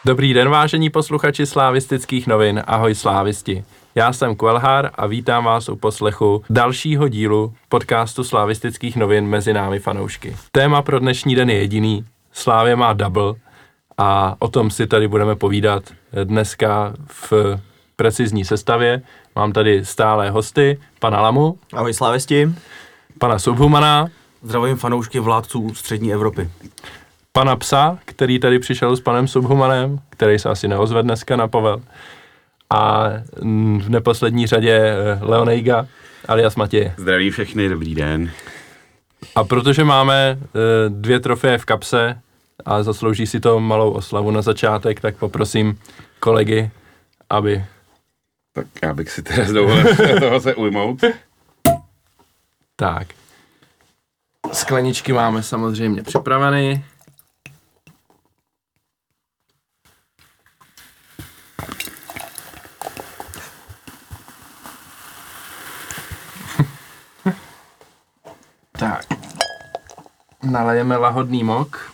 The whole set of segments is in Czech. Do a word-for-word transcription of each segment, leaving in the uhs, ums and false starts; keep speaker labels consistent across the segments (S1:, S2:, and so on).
S1: Dobrý den, vážení posluchači Slavistických novin, ahoj slávisti. Já jsem Kvelhár a vítám vás u poslechu dalšího dílu podcastu Slavistických novin mezi námi fanoušky. Téma pro dnešní den je jediný, Slavia má double a o tom si tady budeme povídat dneska v precizní sestavě. Mám tady stálé hosty, pana Lamu.
S2: Ahoj slávisti.
S1: Pana Subhumana.
S3: Zdravím fanoušky vládců střední Evropy.
S1: Pana Psa, který tady přišel s panem Subhumanem, který se asi neozve dneska na povel. A v neposlední řadě Leonejga alias Matěje.
S4: Zdraví všechny, dobrý den.
S1: A protože máme dvě trofeje v kapse a zaslouží si to malou oslavu na začátek, tak poprosím kolegy, aby...
S4: Tak já bych si teda dovolil toho se ujmout.
S1: Tak. Skleničky máme samozřejmě připraveny. Tak. Nalejeme lahodný mok.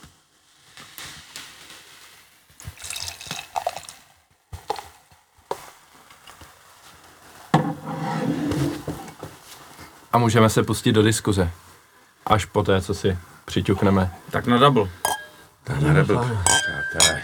S1: A můžeme se pustit do diskuze. Až poté, co si přiťukneme.
S3: Tak na double.
S4: Tak na double, přátelé.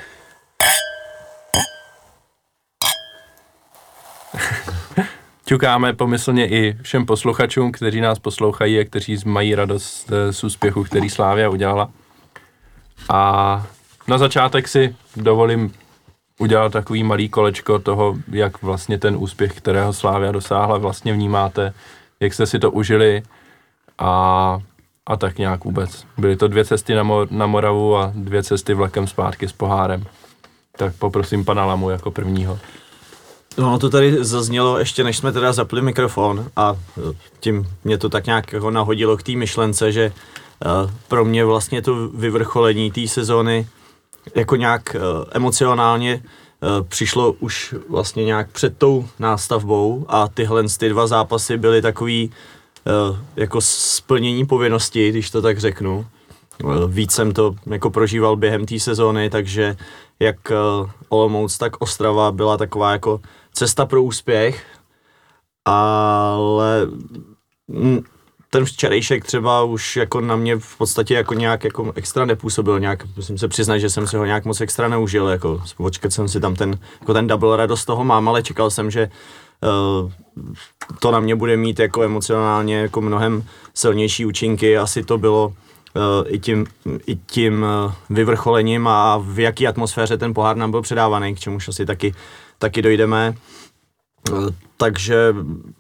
S1: Ťukáme pomyslně i všem posluchačům, kteří nás poslouchají a kteří mají radost z úspěchu, který Slavia udělala. A na začátek si dovolím udělat takový malý kolečko toho, jak vlastně ten úspěch, kterého Slavia dosáhla, vlastně vnímáte, jak jste si to užili a, a tak nějak vůbec. Byly to dvě cesty na, Mo- na Moravu a dvě cesty vlakem zpátky s pohárem. Tak poprosím pana Lamu jako prvního.
S2: No to tady zaznělo ještě než jsme teda zapli mikrofon a tím mě to tak nějak jako nahodilo k té myšlence, že uh, pro mě vlastně to vyvrcholení té sezóny jako nějak uh, emocionálně uh, přišlo už vlastně nějak před tou nástavbou a tyhle ty dva zápasy byly takový uh, jako splnění povinnosti, když to tak řeknu. Uh, víc jsem to jako prožíval během té sezóny, takže jak uh, Olomouc, tak Ostrava byla taková jako cesta pro úspěch, ale ten včerejšek třeba už jako na mě v podstatě jako nějak jako extra nepůsobil, nějak, musím se přiznat, že jsem si ho nějak moc extra neužil, jako počkat jsem si tam ten, jako ten double, radost toho mám, ale čekal jsem, že uh, to na mě bude mít jako emocionálně jako mnohem silnější účinky, asi to bylo uh, i tím, i tím uh, vyvrcholením a v jaký atmosféře ten pohár nám byl předávaný, k čemuž asi taky taky dojdeme, takže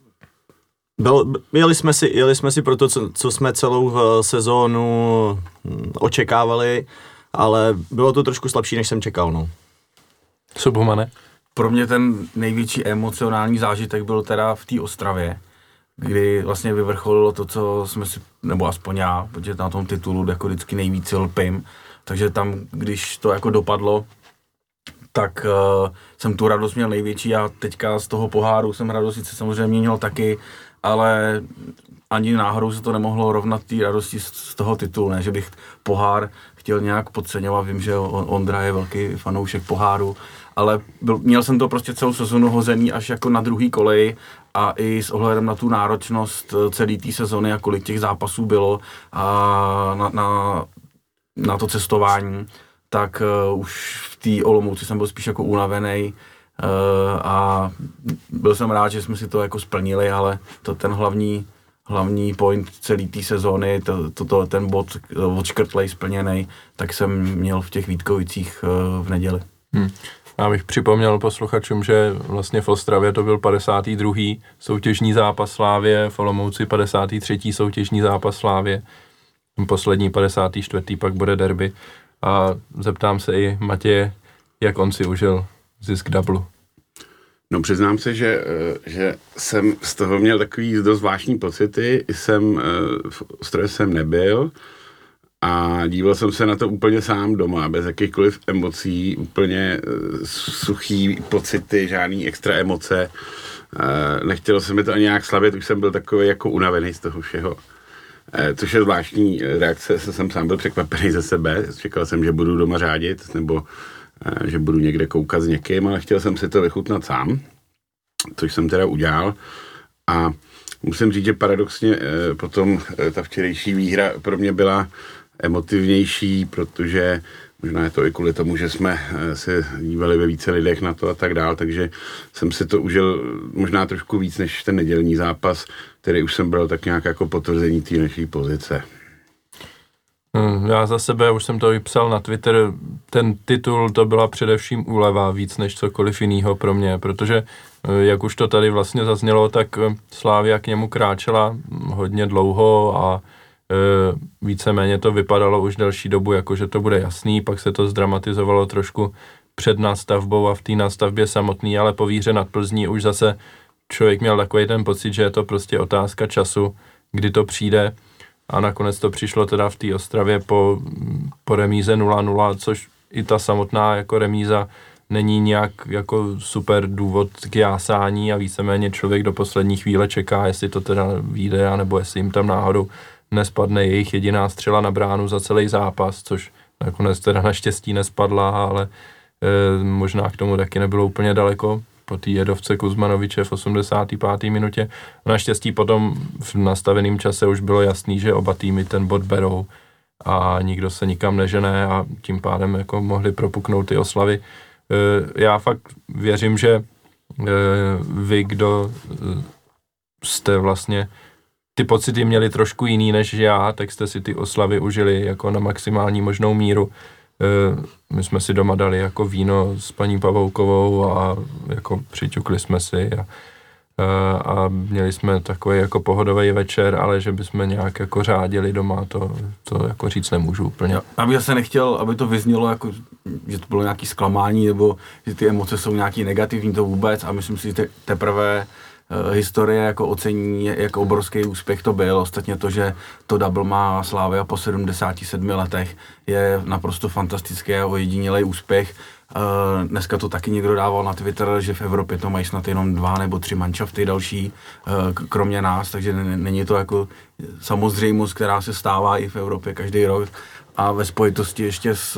S2: byl, jeli, jsme si, jeli jsme si pro to, co, co jsme celou sezónu očekávali, ale bylo to trošku slabší, než jsem čekal, no.
S1: Subhumane?
S3: Pro mě ten největší emocionální zážitek byl teda v té Ostravě, kdy vlastně vyvrcholilo to, co jsme si, nebo aspoň já, protože na tom titulu jako vždycky nejvíc lpím, takže tam, když to jako dopadlo, tak uh, jsem tu radost měl největší a teďka z toho poháru jsem radost sice samozřejmě měl taky, ale ani náhodou se to nemohlo rovnat té radosti z, z toho titulu, ne, že bych pohár chtěl nějak podceňovat, vím, že Ondra je velký fanoušek poháru, ale byl, měl jsem to prostě celou sezonu hozený až jako na druhý koleji a i s ohledem na tu náročnost celé té sezony a kolik těch zápasů bylo a na, na, na to cestování, tak uh, už v té Olomouci jsem byl spíš jako unavený uh, a byl jsem rád, že jsme si to jako splnili, ale to ten hlavní, hlavní point celé té sezóny, to, to, to, ten bod odškrtlej splněný, tak jsem měl v těch Vítkovicích uh, v neděli.
S1: Hmm. Já bych připomněl posluchačům, že vlastně v Ostravě to byl padesátý druhý soutěžní zápas Slavie, v Olomouci padesátý třetí soutěžní zápas Slavie, poslední padesátý čtvrtý pak bude derby. A zeptám se i Matěje, jak on si užil zisk dublu.
S4: No přiznám se, že, že jsem z toho měl takový dost zvláštní pocity. Jsem, v Ostravě jsem nebyl a díval jsem se na to úplně sám doma, bez jakýchkoliv emocí, úplně suchý pocity, žádný extra emoce. Nechtělo se mi to ani nějak slavit, už jsem byl takový jako unavený z toho všeho. Což je zvláštní reakce, jsem sám byl překvapený ze sebe, čekal jsem, že budu doma řádit, nebo že budu někde koukat s někým, ale chtěl jsem si to vychutnat sám, což jsem teda udělal. A musím říct, že paradoxně potom ta včerejší výhra pro mě byla emotivnější, protože možná je to i kvůli tomu, že jsme se dívali ve více lidech na to a tak dál, takže jsem si to užil možná trošku víc než ten nedělní zápas, který už jsem bral tak nějak jako potvrzení té naší pozice.
S1: Já za sebe, už jsem to vypsal na Twitter, ten titul to byla především úleva víc než cokoliv jinýho pro mě, protože jak už to tady vlastně zaznělo, tak Slavia k němu kráčela hodně dlouho a víceméně to vypadalo už delší dobu, jako že to bude jasný, pak se to zdramatizovalo trošku před nástavbou a v té nástavbě samotný, ale po výhře nad Plzní už zase člověk měl takový ten pocit, že je to prostě otázka času, kdy to přijde a nakonec to přišlo teda v té Ostravě po, po remíze nula nula, což i ta samotná jako remíza není nějak jako super důvod k jásání a víceméně člověk do poslední chvíle čeká, jestli to teda vyjde, nebo jestli jim tam náhodou nespadne jejich jediná střela na bránu za celý zápas, což nakonec teda naštěstí nespadla, ale e, možná k tomu taky nebylo úplně daleko po té jedovce Kuzmanoviče v osmdesáté páté minutě. Naštěstí potom v nastaveném čase už bylo jasný, že oba týmy ten bod berou a nikdo se nikam nežene a tím pádem jako mohli propuknout ty oslavy. E, já fakt věřím, že e, vy, kdo jste vlastně ty pocity měli trošku jiný než já, tak jste si ty oslavy užili jako na maximální možnou míru. My jsme si doma dali jako víno s paní Pavoukovou a jako přiťukli jsme si a, a měli jsme takový jako pohodový večer, ale že bychom nějak jako řádili doma, to, to jako říct nemůžu úplně.
S3: Já bych zase nechtěl, aby to vyznělo jako, že to bylo nějaký zklamání nebo že ty emoce jsou nějaký negativní, to vůbec a myslím si, že te, teprve historie jako ocení, jak obrovský úspěch to byl. Ostatně to, že to double má Slavia po sedmdesáti sedmi letech, je naprosto fantastický a ojedinělej úspěch. Dneska to taky někdo dával na Twitter, že v Evropě to mají snad jenom dva nebo tři manšafty další, kromě nás, takže není to jako samozřejmost, která se stává i v Evropě každý rok. A ve spojitosti ještě s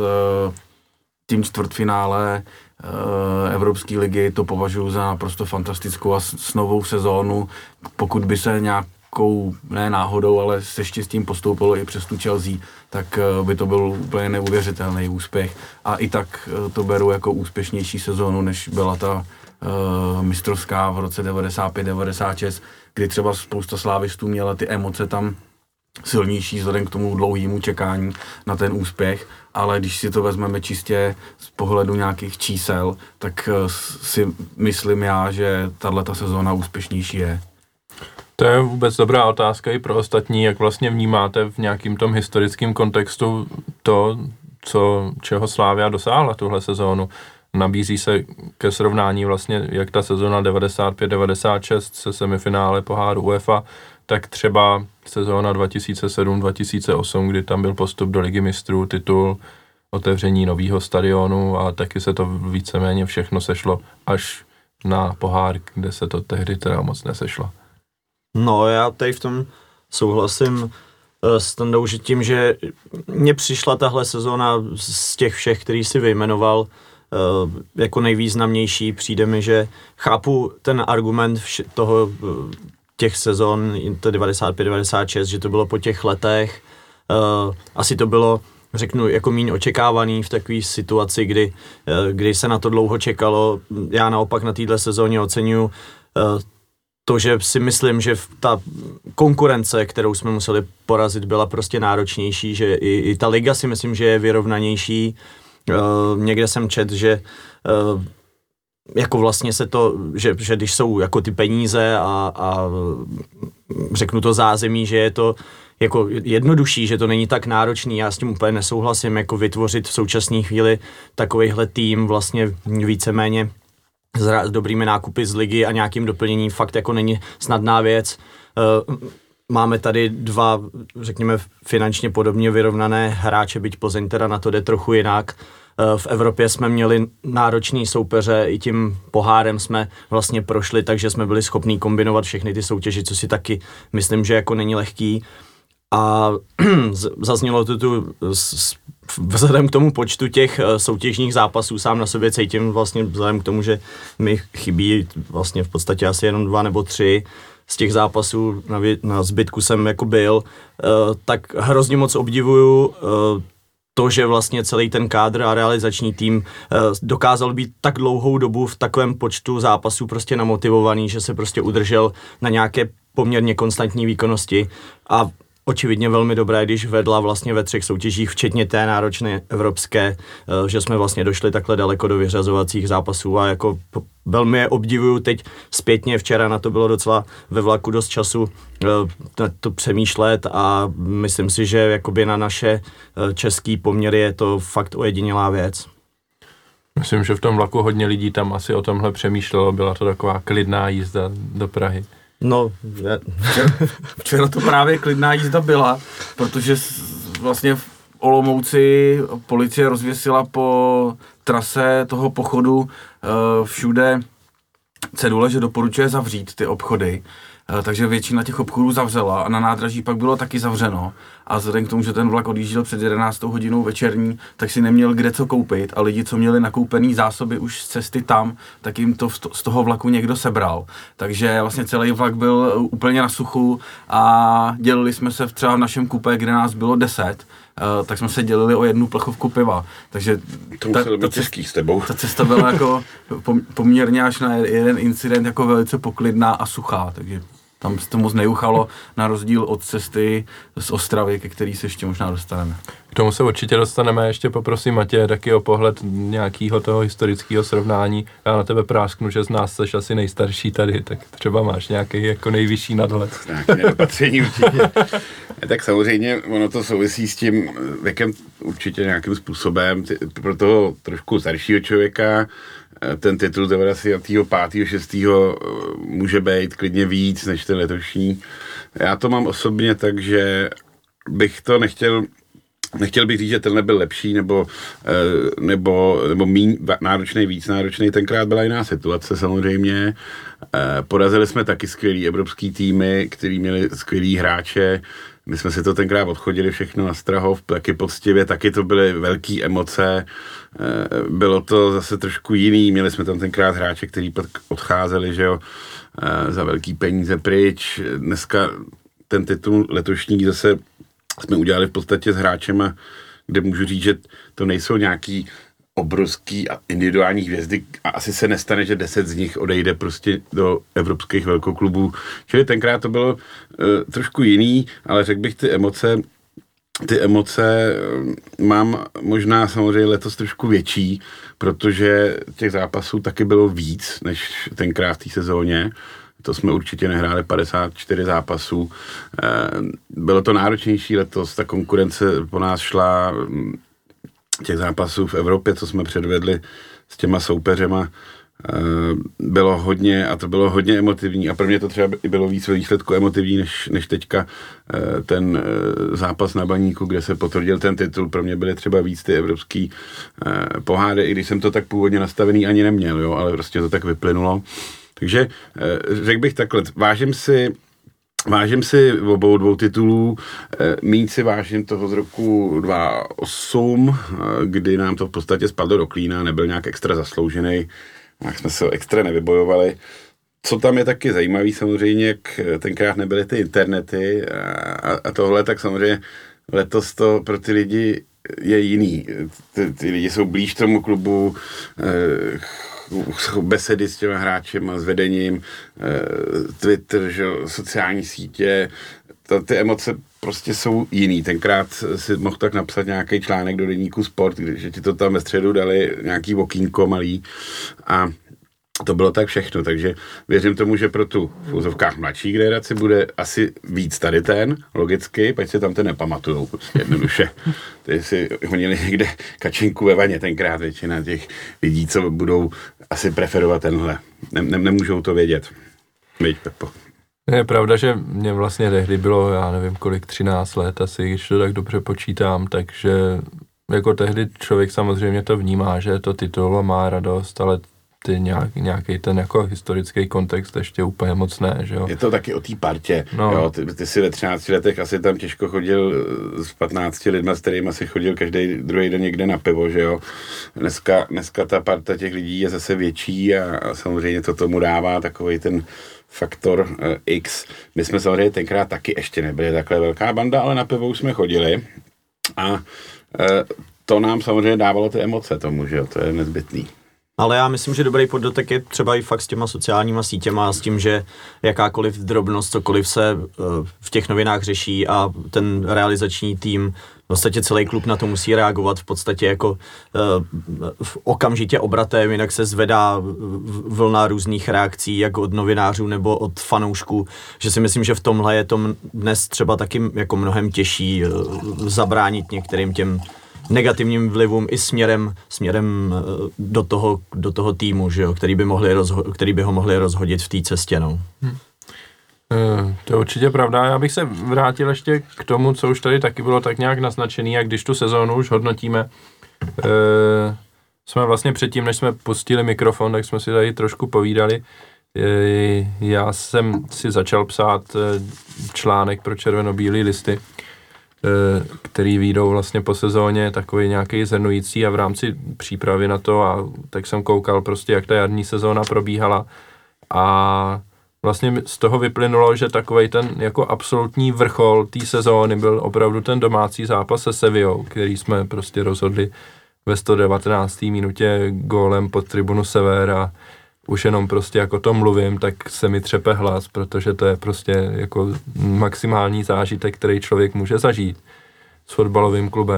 S3: tím čtvrtfinále Evropské ligy to považuji za naprosto fantastickou a s novou sezónu, pokud by se nějakou, ne náhodou, ale se štěstím postoupilo i přes tu Chelsea, tak by to byl úplně neuvěřitelný úspěch a i tak to beru jako úspěšnější sezónu, než byla ta uh, mistrovská v roce devadesát pět devadesát šest, kdy třeba spousta slávistů měla ty emoce tam silnější vzhledem k tomu dlouhému čekání na ten úspěch, ale když si to vezmeme čistě z pohledu nějakých čísel, tak si myslím já, že tato sezóna úspěšnější je.
S1: To je vůbec dobrá otázka i pro ostatní, jak vlastně vnímáte v nějakým tom historickém kontextu to, co, čeho Slavia dosáhla tuhle sezónu. Nabízí se ke srovnání vlastně jak ta sezóna devadesát pět devadesát šest se semifinále poháru UEFA, tak třeba sezóna dva tisíce sedm dva tisíce osm, kdy tam byl postup do Ligy mistrů, titul, otevření nového stadionu a taky se to víceméně všechno sešlo až na pohár, kde se to tehdy teda moc nesešlo.
S2: No já tady v tom souhlasím uh, s Tandou, že tím, že mně přišla tahle sezóna z těch všech, který si vyjmenoval, uh, jako nejvýznamnější, přijde mi, že chápu ten argument vš- toho uh, těch sezon, to devadesát pět devadesát šest, že to bylo po těch letech, uh, asi to bylo, řeknu, jako míň očekávaný v takové situaci, kdy, uh, kdy se na to dlouho čekalo. Já naopak na této sezóně oceňuji uh, to, že si myslím, že ta konkurence, kterou jsme museli porazit, byla prostě náročnější, že i, i ta liga si myslím, že je vyrovnanější. Uh, někde jsem čet, že uh, jako vlastně se to, že, že když jsou jako ty peníze a, a řeknu to zázemí, že je to jako jednodušší, že to není tak náročný, já s tím úplně nesouhlasím, jako vytvořit v současné chvíli takovejhle tým vlastně víceméně s, s dobrými nákupy z ligy a nějakým doplněním fakt jako není snadná věc. Máme tady dva, řekněme, finančně podobně vyrovnané hráče, byť Plzeň teda na to jde trochu jinak. V Evropě jsme měli náročný soupeře, i tím pohárem jsme vlastně prošli, takže jsme byli schopní kombinovat všechny ty soutěže, co si taky myslím, že jako není lehký. A zaznělo to tu vzhledem k tomu počtu těch soutěžních zápasů sám na sobě cítím vlastně vzhledem k tomu, že mi chybí vlastně v podstatě asi jenom dva nebo tři z těch zápasů, na, vě- na zbytku jsem jako byl, uh, tak hrozně moc obdivuju uh, to, že vlastně celý ten kádr a realizační tým uh, dokázal být tak dlouhou dobu v takovém počtu zápasů prostě namotivovaný, že se prostě udržel na nějaké poměrně konstantní výkonnosti a očividně velmi dobré, když vedla vlastně ve třech soutěžích, včetně té náročné evropské, že jsme vlastně došli takhle daleko do vyřazovacích zápasů a jako velmi je obdivuju teď zpětně, včera na to bylo docela ve vlaku dost času to přemýšlet a myslím si, že jakoby na naše český poměry je to fakt ojedinělá věc.
S1: Myslím, že v tom vlaku hodně lidí tam asi o tomhle přemýšlelo, byla to taková klidná jízda do Prahy.
S2: No, je.
S3: Včera, včera to právě klidná jízda byla, protože vlastně v Olomouci policie rozvěsila po trase toho pochodu všude cedule, že doporučuje zavřít ty obchody. Takže většina těch obchodů zavřela a na nádraží pak bylo taky zavřeno. A vzhledem k tomu, že ten vlak odjížděl před jedenáctou hodinou večerní, tak si neměl kde co koupit a lidi, co měli nakoupený zásoby už z cesty tam, tak jim to z toho vlaku někdo sebral. Takže vlastně celý vlak byl úplně na suchu a dělili jsme se třeba v našem kupé, kde nás bylo deset, Uh, tak jsme se dělili o jednu plechovku piva. Takže
S4: to muselo být těžký s tebou.
S3: Ta cesta byla jako poměrně až na jeden incident jako velice poklidná a suchá, takže tam se to moc neuchalo, na rozdíl od cesty z Ostravy, ke který se ještě možná dostaneme.
S1: K tomu se určitě dostaneme, ještě poprosím Matěje taky o pohled nějakého toho historického srovnání. Já na tebe prásknu, že z nás seš asi nejstarší tady, tak třeba máš nějaký jako nejvyšší nadhled.
S4: Nějaké nedopatření určitě. Tak samozřejmě ono to souvisí s tím věkem určitě nějakým způsobem. Ty, pro toho trošku staršího člověka ten titul devadesátého pátého šestého může být klidně víc než ten letošní. Já to mám osobně tak, že bych to nechtěl Nechtěl bych říct, že tenhle byl lepší, nebo, nebo, nebo míň náročný, víc náročný. Tenkrát byla jiná situace samozřejmě. Porazili jsme taky skvělý evropský týmy, který měli skvělý hráče. My jsme si to tenkrát odchodili všechno na Strahov, taky poctivě, taky to byly velké emoce. Bylo to zase trošku jiný, měli jsme tam tenkrát hráče, kteří odcházeli, že jo, za velký peníze pryč. Dneska ten titul letošní zase jsme udělali v podstatě s hráčema, kde můžu říct, že to nejsou nějaký obrovský a individuální hvězdy a asi se nestane, že deset z nich odejde prostě do evropských velkoklubů. Čili tenkrát to bylo uh, trošku jiný, ale řekl bych ty emoce, ty emoce uh, mám možná samozřejmě letos trošku větší, protože těch zápasů taky bylo víc než tenkrát v té sezóně. To jsme určitě nehráli padesát čtyři zápasů. Bylo to náročnější letos, ta konkurence po nás šla, těch zápasů v Evropě, co jsme předvedli s těma soupeřema, bylo hodně a to bylo hodně emotivní a pro mě to třeba i bylo víc ve výsledku emotivní než, než teďka ten zápas na Baníku, kde se potvrdil ten titul. Pro mě byly třeba víc ty evropský pohády, i když jsem to tak původně nastavený ani neměl, jo, ale prostě to tak vyplynulo. Takže řekl bych takhle, vážím si, vážím si obou dvou titulů, míň si vážím toho z roku dva tisíce osm, kdy nám to v podstatě spadlo do klína, nebyl nějak extra zasloužený, jak jsme se extra nevybojovali. Co tam je taky zajímavý samozřejmě, jak tenkrát nebyly ty internety a, a tohle, tak samozřejmě letos to pro ty lidi je jiný. Ty, ty lidi jsou blíž tomu klubu, besedy s těmi hráčem a s vedením, Twitter, že, sociální sítě, to, ty emoce prostě jsou jiný. Tenkrát si mohl tak napsat nějaký článek do deníku Sport, že ti to tam ve středu dali nějaký okýnko malý a to bylo tak všechno, takže věřím tomu, že pro tu v úzovkách mladší generaci bude asi víc tady ten, logicky, pač si tam ten nepamatujou, prostě jednoduše. Ty si honili někde kačinku ve vaně tenkrát většina těch lidí, co budou asi preferovat tenhle. Ne, ne, nemůžou to vědět. Víď, Pepo.
S1: Je pravda, že mě vlastně tehdy bylo, já nevím kolik, třináct let asi, když to tak dobře počítám, takže jako tehdy člověk samozřejmě to vnímá, že je to titul a má radost, ale ty nějak, nějaký ten jako historický kontext ještě úplně moc ne, že jo.
S4: Je to taky o té partě,
S1: no.
S4: jo, ty, ty si ve třinácti letech asi tam těžko chodil s patnácti lidma, s kterými asi chodil každý druhý den někde na pivo, že jo. Dneska, dneska ta parta těch lidí je zase větší a, a samozřejmě to tomu dává takový ten faktor uh, X. My jsme samozřejmě tenkrát taky ještě nebyli takhle velká banda, ale na pivo už jsme chodili a uh, to nám samozřejmě dávalo ty emoce tomu, že jo, to je nezbytný.
S2: Ale já myslím, že dobrý poddotek je třeba i fakt s těma sociálníma sítěma a s tím, že jakákoliv drobnost, cokoliv se uh, v těch novinách řeší a ten realizační tým, v podstatě celý klub na to musí reagovat v podstatě jako uh, v okamžitě obratem, jinak se zvedá vlna různých reakcí, jak od novinářů nebo od fanoušků, že si myslím, že v tomhle je to dnes třeba taky jako mnohem těžší uh, zabránit některým těm negativním vlivům i směrem, směrem do toho, do toho týmu, že jo, který by, mohli rozho- který by ho mohli rozhodit v té cestě. No.
S1: Hmm. E, to je určitě pravda. Já bych se vrátil ještě k tomu, co už tady taky bylo tak nějak naznačený, jak když tu sezónu už hodnotíme. E, jsme vlastně předtím, než jsme pustili mikrofon, tak jsme si tady trošku povídali. E, já jsem si začal psát článek pro červeno-bílý listy, který vyjdou vlastně po sezóně, takový nějaký zhrnující a v rámci přípravy na to a tak jsem koukal prostě, jak ta jarní sezóna probíhala a vlastně z toho vyplynulo, že takovej ten jako absolutní vrchol té sezóny byl opravdu ten domácí zápas se Sevillou, který jsme prostě rozhodli ve sto devatenácté minutě gólem pod tribunu Sever a už jenom prostě jako to mluvím, tak se mi třepe hlas, protože to je prostě jako maximální zážitek, který člověk může zažít s fotbalovým klubem.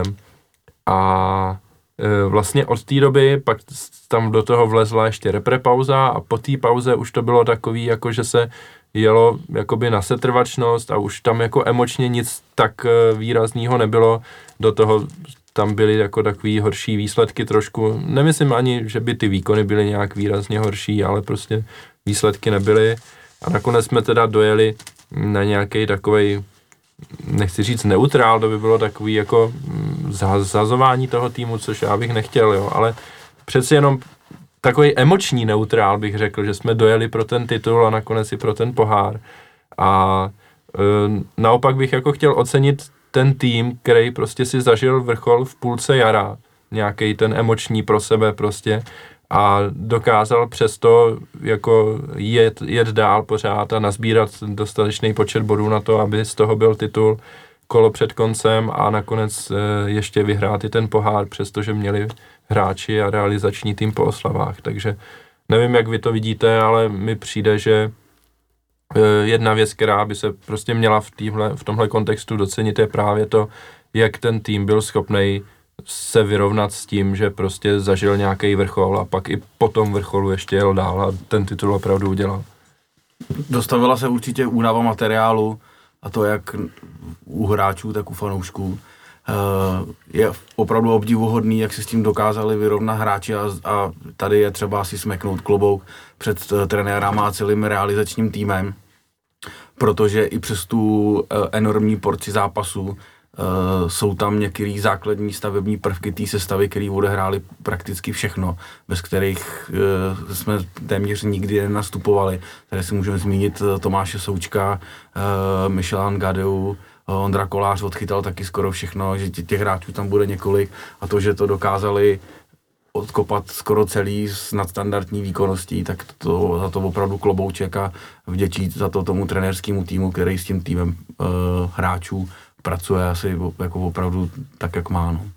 S1: A e, vlastně od té doby pak tam do toho vlezla ještě reprepauza a po té pauze už to bylo takový, jako že se jelo jakoby na setrvačnost a už tam jako emočně nic tak výrazného nebylo. Do toho tam byly jako takový horší výsledky trošku. Nemyslím ani, že by ty výkony byly nějak výrazně horší, ale prostě výsledky nebyly. A nakonec jsme teda dojeli na nějaký takovej, nechci říct neutrál, to by bylo takový jako zhazování toho týmu, což já bych nechtěl, jo, ale přeci jenom takový emoční neutrál bych řekl, že jsme dojeli pro ten titul a nakonec i pro ten pohár. A e, naopak bych jako chtěl ocenit ten tým, který prostě si zažil vrchol v půlce jara, nějaký ten emoční pro sebe prostě a dokázal přesto jako jet, jet dál pořád a nazbírat dostatečný počet bodů na to, aby z toho byl titul kolo před koncem a nakonec e, ještě vyhrát i ten pohár, přestože měli hráči a realizační tým po oslavách. Takže nevím, jak vy to vidíte, ale mi přijde, že jedna věc, která by se prostě měla v, týmhle, v tomhle kontextu docenit, je právě to, jak ten tým byl schopný se vyrovnat s tím, že prostě zažil nějaký vrchol a pak i po tom vrcholu ještě jel dál a ten titul opravdu udělal.
S3: Dostavila se určitě únava materiálu a to jak u hráčů, tak u fanoušků. Je opravdu obdivuhodný, jak si s tím dokázali vyrovnat hráči a, a tady je třeba si smeknout klobouk před trenérama a celým realizačním týmem, protože i přes tu enormní porci zápasů jsou tam některé základní stavební prvky té sestavy, které odehrály prakticky všechno, bez kterých jsme téměř nikdy nenastupovali. Tady si můžeme zmínit Tomáše Součka, Michelan Gadeu, Ondra Kolář odchytal taky skoro všechno, že těch hráčů tam bude několik a to, že to dokázali odkopat skoro celý s nadstandardní výkonností, tak to, za to opravdu klobouček a vděčí za to tomu trenérskému týmu, který s tím týmem uh, hráčů pracuje asi jako opravdu tak, jak má. No.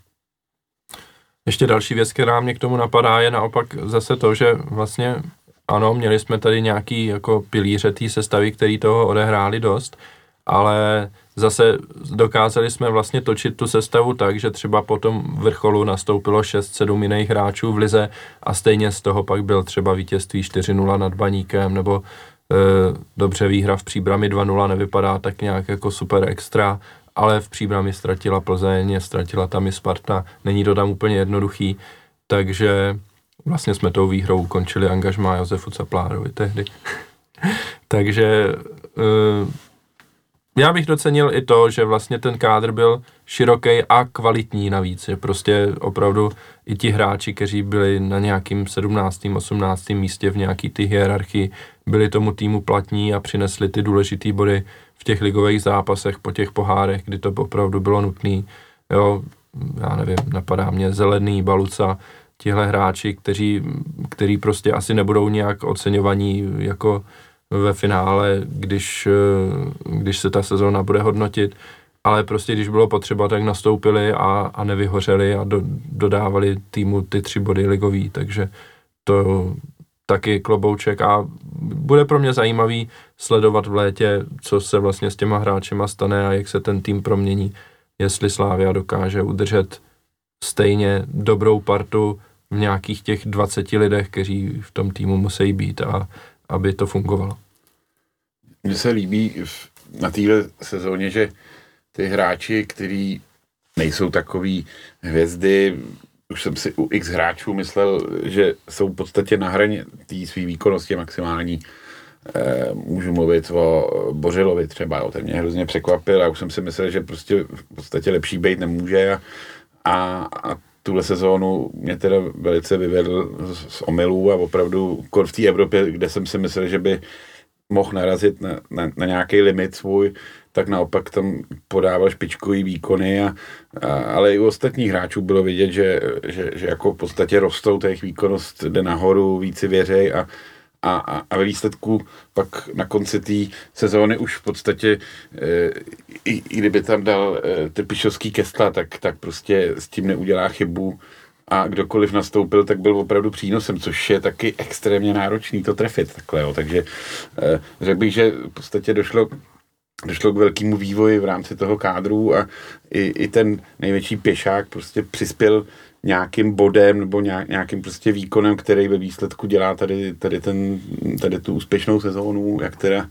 S1: Ještě další věc, která mě k tomu napadá, je naopak zase to, že vlastně ano, měli jsme tady nějaký jako pilíře té sestavy, který toho odehráli dost, ale zase dokázali jsme vlastně točit tu sestavu tak, že třeba po tom vrcholu nastoupilo šest sedm jiných hráčů v lize a stejně z toho pak byl třeba vítězství čtyři nula nad Baníkem nebo e, dobře výhra v Příbrami dva nula nevypadá tak nějak jako super extra, ale v Příbrami ztratila Plzeň, ztratila tam i Sparta, není to tam úplně jednoduchý, takže vlastně jsme tou výhrou ukončili angažmá Josefu Caplárovi tehdy. takže e, já bych docenil i to, že vlastně ten kádr byl široký a kvalitní navíc, že prostě opravdu i ti hráči, kteří byli na nějakým sedmnáctém osmnáctém místě v nějaký ty hierarchii, byli tomu týmu platní a přinesli ty důležitý body v těch ligových zápasech, po těch pohárech, kdy to opravdu bylo nutné. Jo, já nevím, napadá mě Zelený, Baluca, tihle hráči, kteří, kteří prostě asi nebudou nějak oceňovaní jako ve finále, když, když se ta sezóna bude hodnotit, ale prostě když bylo potřeba, tak nastoupili a, a nevyhořeli a do, dodávali týmu ty tři body ligový, takže to taky klobouček a bude pro mě zajímavý sledovat v létě, co se vlastně s těma hráčema stane a jak se ten tým promění, jestli Slavia dokáže udržet stejně dobrou partu v nějakých těch dvaceti lidech, kteří v tom týmu musí být a aby to fungovalo.
S4: Mně se líbí na téhle sezóně, že ty hráči, kteří nejsou takový hvězdy, už jsem si u x hráčů myslel, že jsou v podstatě na hraně té své výkonnosti maximální. E, můžu mluvit o Bořilovi třeba, o ten mě hrozně překvapil a už jsem si myslel, že prostě v podstatě lepší být nemůže a, a, a tuhle sezónu mě teda velice vyvedl z omylů a opravdu kor v té Evropě, kde jsem si myslel, že by mohl narazit na, na, na nějaký limit svůj, tak naopak tam podával špičkový výkony, a, a, ale i u ostatních hráčů bylo vidět, že, že, že jako v podstatě rostou, ta jejich výkonnost jde nahoru, víc si věřej a, a, a, a ve výsledku pak na konci té sezóny už v podstatě e, i, i kdyby tam dal e, Trpišovský Kestla, tak, tak prostě s tím neudělá chybu a kdokoliv nastoupil, tak byl opravdu přínosem, což je taky extrémně náročný to trefit takhle, jo. Takže e, řekl bych, že v podstatě došlo došlo k velkému vývoji v rámci toho kádru a i, i ten největší pěšák prostě přispěl nějakým bodem nebo nějakým prostě výkonem, který ve výsledku dělá tady, tady, ten, tady tu úspěšnou sezónu, jak teda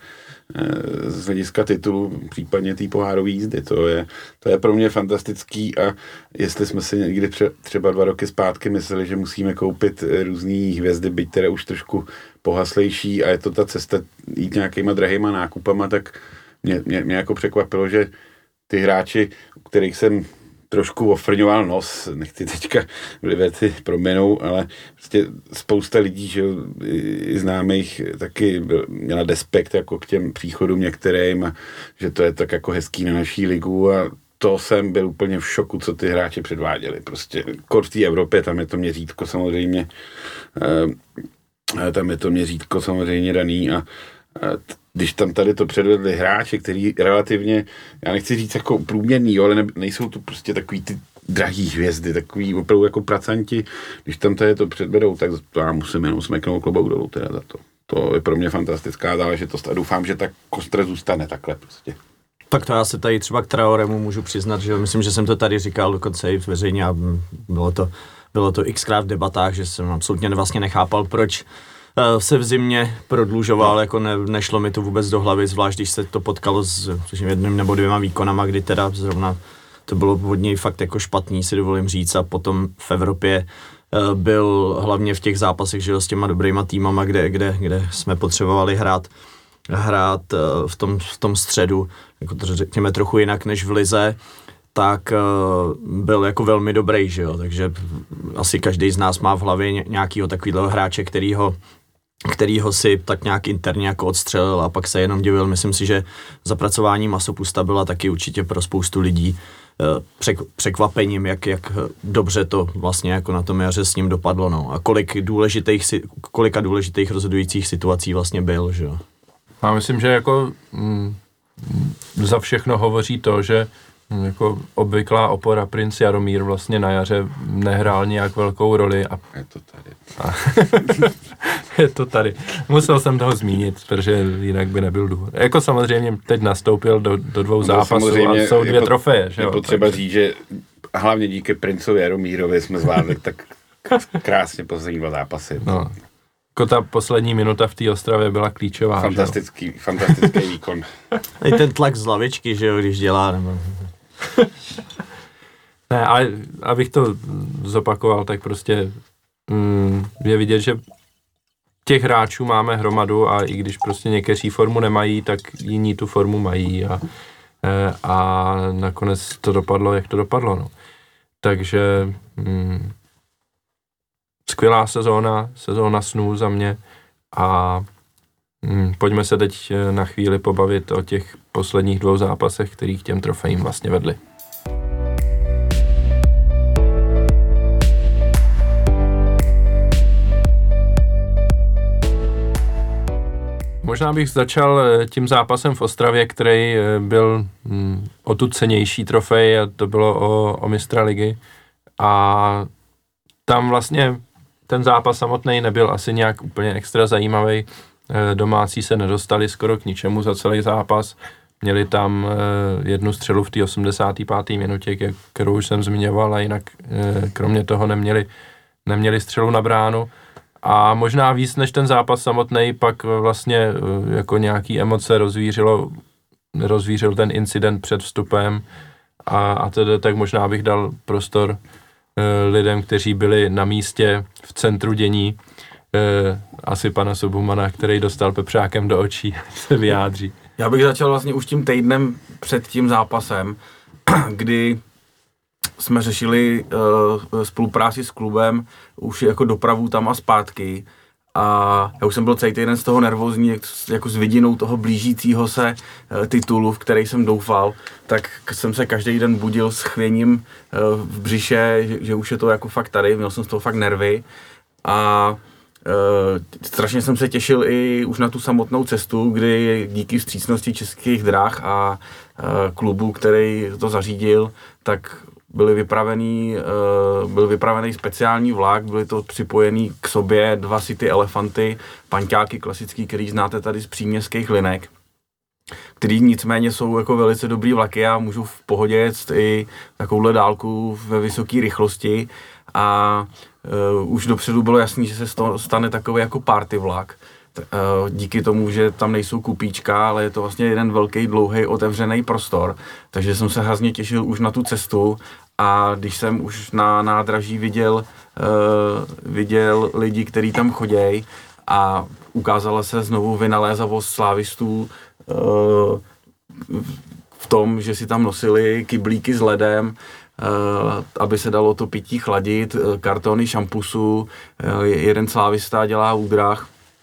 S4: e, z hlediska titulu, případně té pohárové jízdy. To je, to je pro mě fantastický a jestli jsme si někdy pře, třeba dva roky zpátky mysleli, že musíme koupit různý hvězdy, byť teda už trošku pohaslejší a je to ta cesta jít nějakýma drahýma nákupama, tak Mě, mě, mě jako překvapilo, že ty hráči, u kterých jsem trošku ofrňoval nos, nechci teďka Liberty proměnou, ale prostě spousta lidí, že i známých taky byl, měla despekt jako k těm příchodům některým a že to je tak jako hezký na naší ligu a to jsem byl úplně v šoku, co ty hráči předváděli. Prostě kor v té Evropě, tam je to měřítko samozřejmě, eh, tam je to měřítko samozřejmě daný a když tam tady to předvedli hráči, který relativně, já nechci říct jako průměrný, jo, ale ne, nejsou to prostě takový ty drahý hvězdy, takový opravdu jako pracanti, když tam tady to předvedou, tak to já musím jenom smeknout klobouk dolů teda za to. To je pro mě fantastická záležitost a doufám, že ta kostra zůstane takhle prostě.
S2: Tak to já se tady třeba k Traoremu můžu přiznat, že myslím, že jsem to tady říkal dokonce i veřejně a bylo to, bylo to xkrát v debatách, že jsem absolutně vlastně nechápal, proč se v zimě prodlužoval, jako ne, nešlo mi to vůbec do hlavy, zvlášť když se to potkalo s jedním nebo dvěma výkonama, kdy teda zrovna to bylo od něj fakt jako špatný, si dovolím říct, a potom v Evropě byl hlavně v těch zápasech, že s těma dobrýma týmama, kde, kde, kde jsme potřebovali hrát, hrát v tom, v tom středu, jako to řekněme trochu jinak než v lize, tak uh, byl jako velmi dobrý, že jo, takže asi každý z nás má v hlavě nějakýho takovýhle hráče, kterýho, kterýho si tak nějak interně jako odstřelil a pak se jenom divil. Myslím si, že zapracování Masopusta byla taky určitě pro spoustu lidí uh, přek, překvapením, jak, jak dobře to vlastně jako na tom jaře s ním dopadlo, no. A kolik důležitých, kolika důležitých rozhodujících situací vlastně byl, že jo.
S1: Já myslím, že jako mm, za všechno hovoří to, že jako obvyklá opora Princ Jaromír vlastně na jaře nehrál nějak velkou roli. A
S4: je to tady.
S1: A je to tady. Musel jsem toho zmínit, protože jinak by nebyl důvod. Jako samozřejmě teď nastoupil do, do dvou no zápasů a jsou dvě
S4: je
S1: trofeje.
S4: Je potřeba takže říct, že hlavně díky Princovi Jaromírovi jsme zvládli tak krásně poslední dva zápasy.
S1: No. Jako ta poslední minuta v té Ostravě byla klíčová.
S4: Fantastický, fantastický výkon.
S2: I ten tlak z lavičky, že jo, když dělá, nebo...
S1: Ne, ale abych to zopakoval, tak prostě mm, je vidět, že těch hráčů máme hromadu a i když prostě někteří formu nemají, tak jiní tu formu mají a, a nakonec to dopadlo, jak to dopadlo. No. Takže hm, skvělá sezóna, sezóna snů za mě a hm, pojďme se teď na chvíli pobavit o těch posledních dvou zápasech, který k těm trofejím vlastně vedli. Možná bych začal tím zápasem v Ostravě, který byl hm, o tu cenější trofej a to bylo o, o mistra ligy. A tam vlastně ten zápas samotný nebyl asi nějak úplně extra zajímavý. Domácí se nedostali skoro k ničemu za celý zápas. Měli tam jednu střelu v té osmdesáté páté minutě, kterou už jsem zmiňoval, a jinak kromě toho neměli, neměli střelu na bránu. A možná víc než ten zápas samotný pak vlastně jako nějaký emoce rozvířilo, rozvířil ten incident před vstupem a, a tedy tak možná bych dal prostor e, lidem, kteří byli na místě v centru dění, e, asi pana Subumana, který dostal pepřákem do očí, se vyjádří.
S3: Já bych začal vlastně už tím týdnem před tím zápasem, kdy jsme řešili uh, spolupráci s klubem, už jako dopravu tam a zpátky. A já už jsem byl celý týden z toho nervózní, jak, jako s vidinou toho blížícího se uh, titulu, v který jsem doufal, tak jsem se každý den budil s chvěním uh, v břiše, že, že už je to jako fakt tady, měl jsem z toho fakt nervy. A uh, strašně jsem se těšil i už na tu samotnou cestu, kdy díky vstřícnosti Českých drah a uh, klubu, který to zařídil, tak byly vypravený, uh, byl vypravený speciální vlak, byly to připojený k sobě dva City Elefanty, panťáky klasický, který znáte tady z příměstských linek, který nicméně jsou jako velice dobrý vlaky a můžou v pohodě jet i takovouhle dálku ve vysoké rychlosti a uh, už dopředu bylo jasný, že se z toho stane takový jako party vlak. Díky tomu, že tam nejsou kupíčka, ale je to vlastně jeden velký, dlouhý, otevřený prostor. Takže jsem se hrozně těšil už na tu cestu a když jsem už na nádraží viděl, uh, viděl lidi, kteří tam chodějí a ukázala se znovu vynalézavost slávistů uh, v tom, že si tam nosili kyblíky s ledem, uh, aby se dalo to pití chladit, kartony šampusu, uh, jeden slávista dělá údrah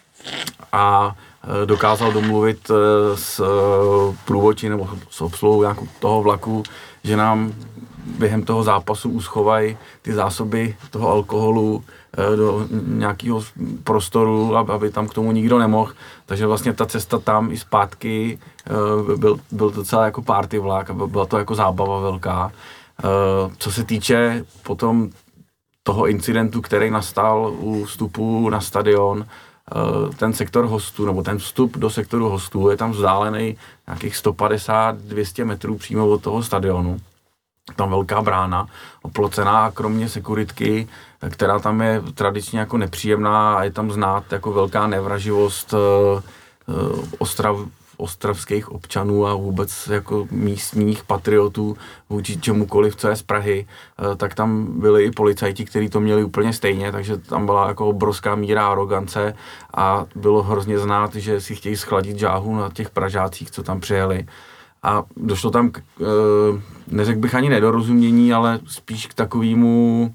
S3: a dokázal domluvit s průvodčí nebo s obsluhou toho vlaku, že nám během toho zápasu uschovají ty zásoby toho alkoholu do nějakého prostoru, aby tam k tomu nikdo nemohl. Takže vlastně ta cesta tam i zpátky byl, byl docela jako party vlak a byla to jako zábava velká. Co se týče potom toho incidentu, který nastal u vstupu na stadion, ten sektor hostů, nebo ten vstup do sektoru hostů je tam vzdálený nějakých sto padesát až dvě stě metrů přímo od toho stadionu. Tam velká brána, oplocená a kromě sekuritky, která tam je tradičně jako nepříjemná a je tam znát jako velká nevraživost uh, ostrav, ostravských občanů a vůbec jako místních patriotů vůči čemukoliv, co je z Prahy, tak tam byli i policajti, kteří to měli úplně stejně, takže tam byla jako obrovská míra arogance a bylo hrozně znát, že si chtějí schladit žáhu na těch Pražácích, co tam přijeli. A došlo tam k, neřekl bych ani nedorozumění, ale spíš k takovému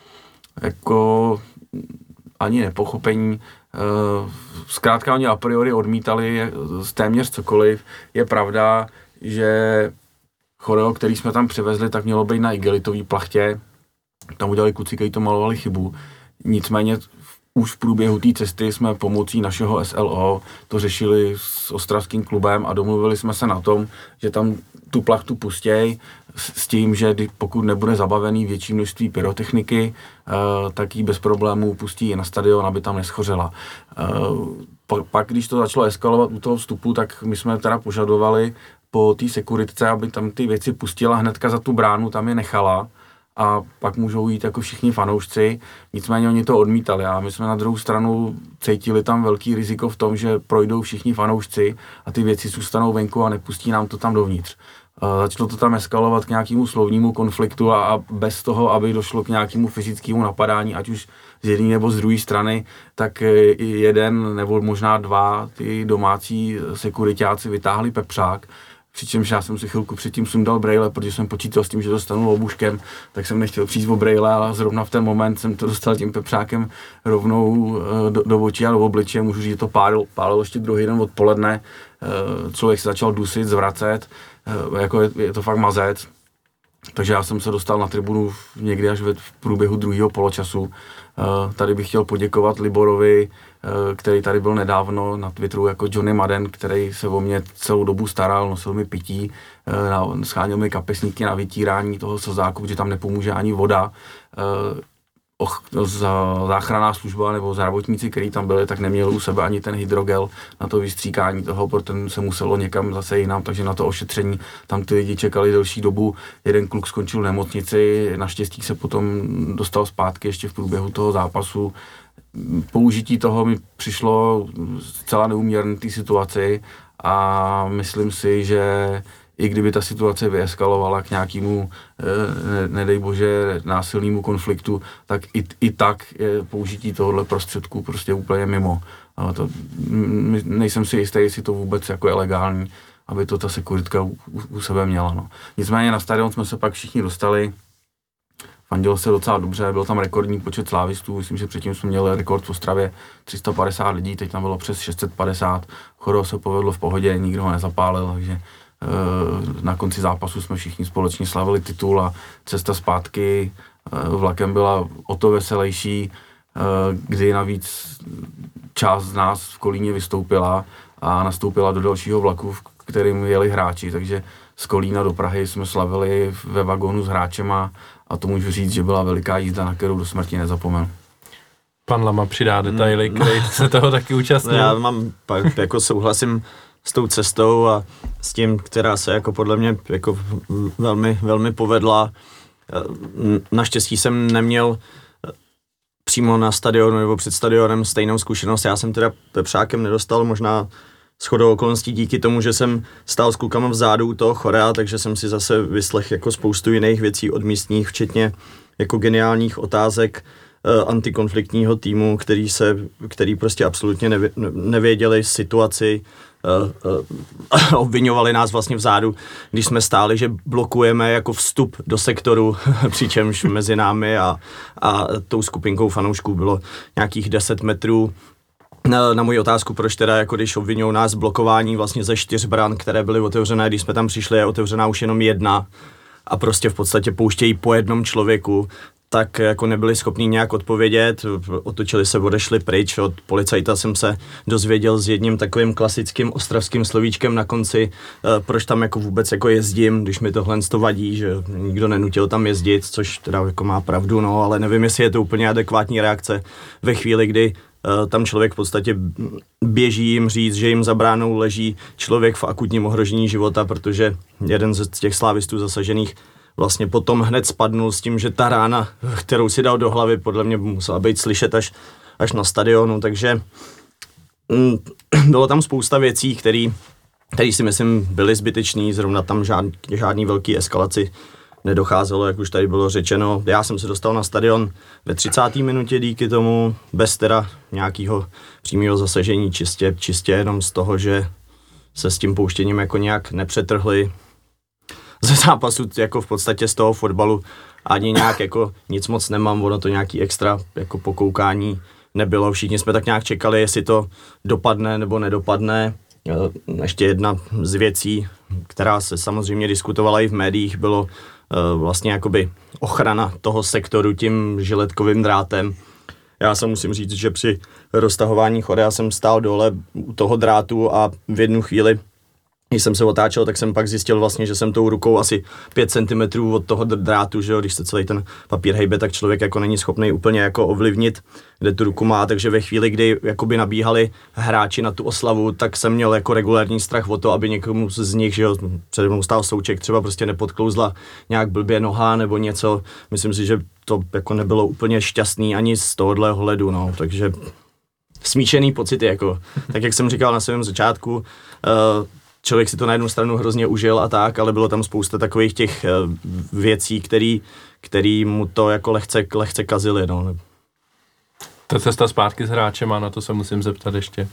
S3: jako ani nepochopení. Zkrátka oni a priori odmítali téměř cokoliv. Je pravda, že choreo, který jsme tam přivezli, tak mělo být na igelitový plachtě. Tam udělali kluci, kteří to malovali chybu. Nicméně už v průběhu té cesty jsme pomocí našeho S L O to řešili s ostravským klubem a domluvili jsme se na tom, že tam tu plachtu pustěj s tím, že pokud nebude zabavený větší množství pyrotechniky, tak ji bez problémů pustí i na stadion, aby tam neschořela. Pak, když to začalo eskalovat u toho vstupu, tak my jsme teda požadovali po té sekuritce, aby tam ty věci pustila hnedka za tu bránu, tam je nechala a pak můžou jít jako všichni fanoušci, nicméně oni to odmítali a my jsme na druhou stranu cítili tam velký riziko v tom, že projdou všichni fanoušci a ty věci zůstanou venku a nepustí nám to tam dovnitř. Začalo to tam eskalovat k nějakému slovnímu konfliktu a, a bez toho, aby došlo k nějakému fyzickému napadání, ať už z jedné nebo z druhé strany, tak jeden nebo možná dva ty domácí sekuritáci vytáhli pepřák. Přičemž já jsem si chvilku předtím sundal brejle, protože jsem počítal s tím, že dostanu obuškem, tak jsem nechtěl přijít o brejle, ale zrovna v ten moment jsem to dostal tím pepřákem rovnou do, do očí a do obličeje. Můžu říct, že to pálilo, pálilo ještě druhý den odpoledne. Člověk se začal dusit, zvracet, jako je, je to fakt mazec. Takže já jsem se dostal na tribunu někdy až v průběhu druhého poločasu. Tady bych chtěl poděkovat Liborovi, který tady byl nedávno na Twitteru jako Johnny Madden, který se o mě celou dobu staral, nosil mi pití, scháněl mi kapesníky na vytírání toho slzáku, protože tam nepomůže ani voda. Záchranná služba nebo zdravotníci, kteří tam byli, tak neměli u sebe ani ten hydrogel na to vystříkání toho, protože se muselo někam zase jinam, takže na to ošetření tam ty lidi čekali delší dobu. Jeden kluk skončil v nemocnici, naštěstí se potom dostal zpátky ještě v průběhu toho zápasu. Použití toho mi přišlo zcela neúměrné té situaci a myslím si, že i kdyby ta situace vyeskalovala k nějakému, ne, nedej bože, násilnému konfliktu, tak i, i tak je použití tohohle prostředku prostě úplně mimo. Ale to, nejsem si jistý, jestli to vůbec jako je legální, aby to ta sekuritka u, u sebe měla. No. Nicméně na stadion jsme se pak všichni dostali, fandilo se docela dobře, byl tam rekordní počet slávistů, myslím, že předtím jsme měli rekord v Ostravě tři sta padesát lidí, teď tam bylo přes šest set padesát, choreo se povedlo v pohodě, nikdo ho nezapálil, takže na konci zápasu jsme všichni společně slavili titul a cesta zpátky vlakem byla o to veselější, kdy navíc část z nás v Kolíně vystoupila a nastoupila do dalšího vlaku, v kterým jeli hráči, takže z Kolína do Prahy jsme slavili ve vagónu s hráčema a to můžu říct, že byla veliká jízda, na kterou do smrti nezapomenu.
S1: Pan Lama přidá detaily, který se toho taky účastnil.
S2: Já mám, pak jako souhlasím s tou cestou a s tím, která se jako podle mě jako velmi, velmi povedla. Naštěstí jsem neměl přímo na stadionu nebo před stadionem stejnou zkušenost. Já jsem teda pepřákem nedostal, možná shodou okolností díky tomu, že jsem stál s klukama vzadu u toho chorea, takže jsem si zase vyslechl jako spoustu jiných věcí od místních, včetně jako geniálních otázek antikonfliktního týmu, který se, který prostě absolutně nevě, nevěděli situaci, uh, uh, obviňovali nás vlastně vzadu, když jsme stáli, že blokujeme jako vstup do sektoru, přičemž mezi námi a, a tou skupinkou fanoušků bylo nějakých deset metrů. Na, na moji otázku, proč teda, jako když obviňují nás blokování vlastně ze čtyř bran, které byly otevřené, když jsme tam přišli, je otevřená už jenom jedna a prostě v podstatě pouštějí po jednom člověku, tak jako nebyli schopni nějak odpovědět, otočili se, odešli pryč. Od policajta jsem se dozvěděl s jedním takovým klasickým ostravským slovíčkem na konci, proč tam jako vůbec jako jezdím, když mi tohle to vadí, že nikdo nenutil tam jezdit, což teda jako má pravdu, no, ale nevím, jestli je to úplně adekvátní reakce ve chvíli, kdy tam člověk v podstatě běží jim říct, že jim za bránou leží člověk v akutním ohrožení života, protože jeden z těch slávistů zasažených vlastně potom hned spadnul s tím, že ta rána, kterou si dal do hlavy, podle mě musela být slyšet až, až na stadionu, takže mm, bylo tam spousta věcí, které si myslím byly zbytečný, zrovna tam žád, žádný velký eskalaci nedocházelo, jak už tady bylo řečeno. Já jsem se dostal na stadion ve třicáté minutě díky tomu, bez teda nějakého přímého zasažení, čistě, čistě jenom z toho, že se s tím pouštěním jako nějak nepřetrhli. Ze zápasu jako v podstatě z toho fotbalu ani nějak jako nic moc nemám, ono to nějaký extra jako pokoukání nebylo. Všichni jsme tak nějak čekali, jestli to dopadne nebo nedopadne. Ještě jedna z věcí, která se samozřejmě diskutovala i v médiích, bylo vlastně jakoby ochrana toho sektoru tím žiletkovým drátem. Já se musím říct, že při roztahování chorea jsem stál dole u toho drátu a v jednu chvíli, když jsem se otáčel, tak jsem pak zjistil vlastně, že jsem tou rukou asi pět centimetrů od toho drátu, že jo, když se celý ten papír hejbe, tak člověk jako není schopný úplně jako ovlivnit, kde tu ruku má, takže ve chvíli, kdy jakoby nabíhali hráči na tu oslavu, tak jsem měl jako regulární strach o to, aby někomu z nich, že jo, přede mnou stál Souček, třeba prostě nepodklouzla nějak blbě noha nebo něco. Myslím si, že to jako nebylo úplně šťastný ani z tohohle hledu, no, takže smíšený pocity, jako, tak jak jsem říkal na svém začátku, uh, člověk si to na jednu stranu hrozně užil a tak, ale bylo tam spousta takových těch věcí, který, který mu to jako lehce, lehce kazily, no.
S1: Ta cesta zpátky s hráčema, na to se musím zeptat ještě.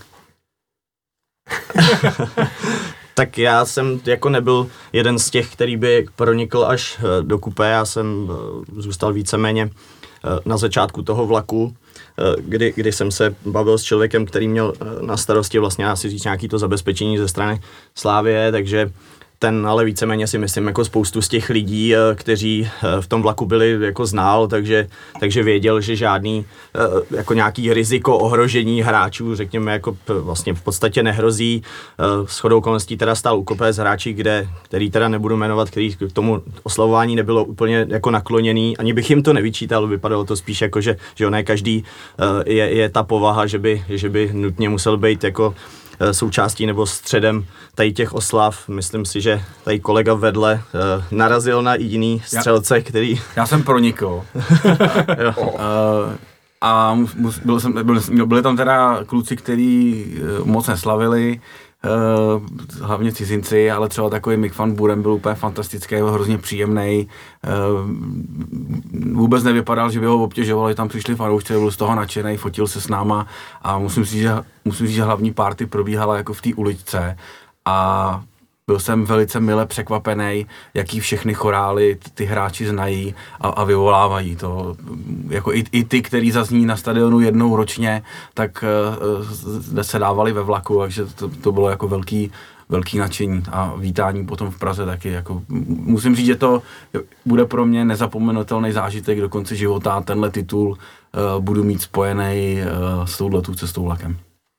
S2: Tak já jsem jako nebyl jeden z těch, který by pronikl až do kupé, já jsem zůstal víceméně na začátku toho vlaku, kdy, kdy jsem se bavil s člověkem, který měl na starosti vlastně asi říct nějaký to zabezpečení ze strany Slávie, takže ten ale víceméně si myslím jako spoustu z těch lidí, kteří v tom vlaku byli, jako znal, takže, takže věděl, že žádný jako nějaký riziko ohrožení hráčů, řekněme, jako vlastně v podstatě nehrozí. Shodou okolností teda stál u kopé z hráči, kde, který teda nebudu jmenovat, který k tomu oslavování nebylo úplně jako nakloněný, ani bych jim to nevyčítal, vypadalo to spíš jako, že, že ne každý je, je ta povaha, že by, že by nutně musel být jako součástí nebo středem tady těch oslav. Myslím si, že tady kolega vedle uh, narazil na jiný střelce, já, který...
S3: Já jsem pronikl. uh, a mus, byl jsem, byl, byli tam teda kluci, kteří uh, moc neslavili, uh, hlavně cizinci, ale třeba takový Mick van Buren byl úplně fantastický, hrozně příjemný. Uh, vůbec nevypadal, že by ho obtěžovali, tam přišli fanoušci, byl z toho nadšený, fotil se s náma a musím říct, že, musím říct, že hlavní party probíhala jako v té uličce a byl jsem velice mile překvapený, jaký všechny chorály ty hráči znají a, a vyvolávají to. Jako i, i ty, který zazní na stadionu jednou ročně, tak uh, se dávali ve vlaku, takže to, to bylo jako velký, velký nadšení a vítání potom v Praze taky. Jako, musím říct, že to bude pro mě nezapomenutelný zážitek do konce života a tenhle titul uh, budu mít spojený uh, s touhletou cestou vlakem.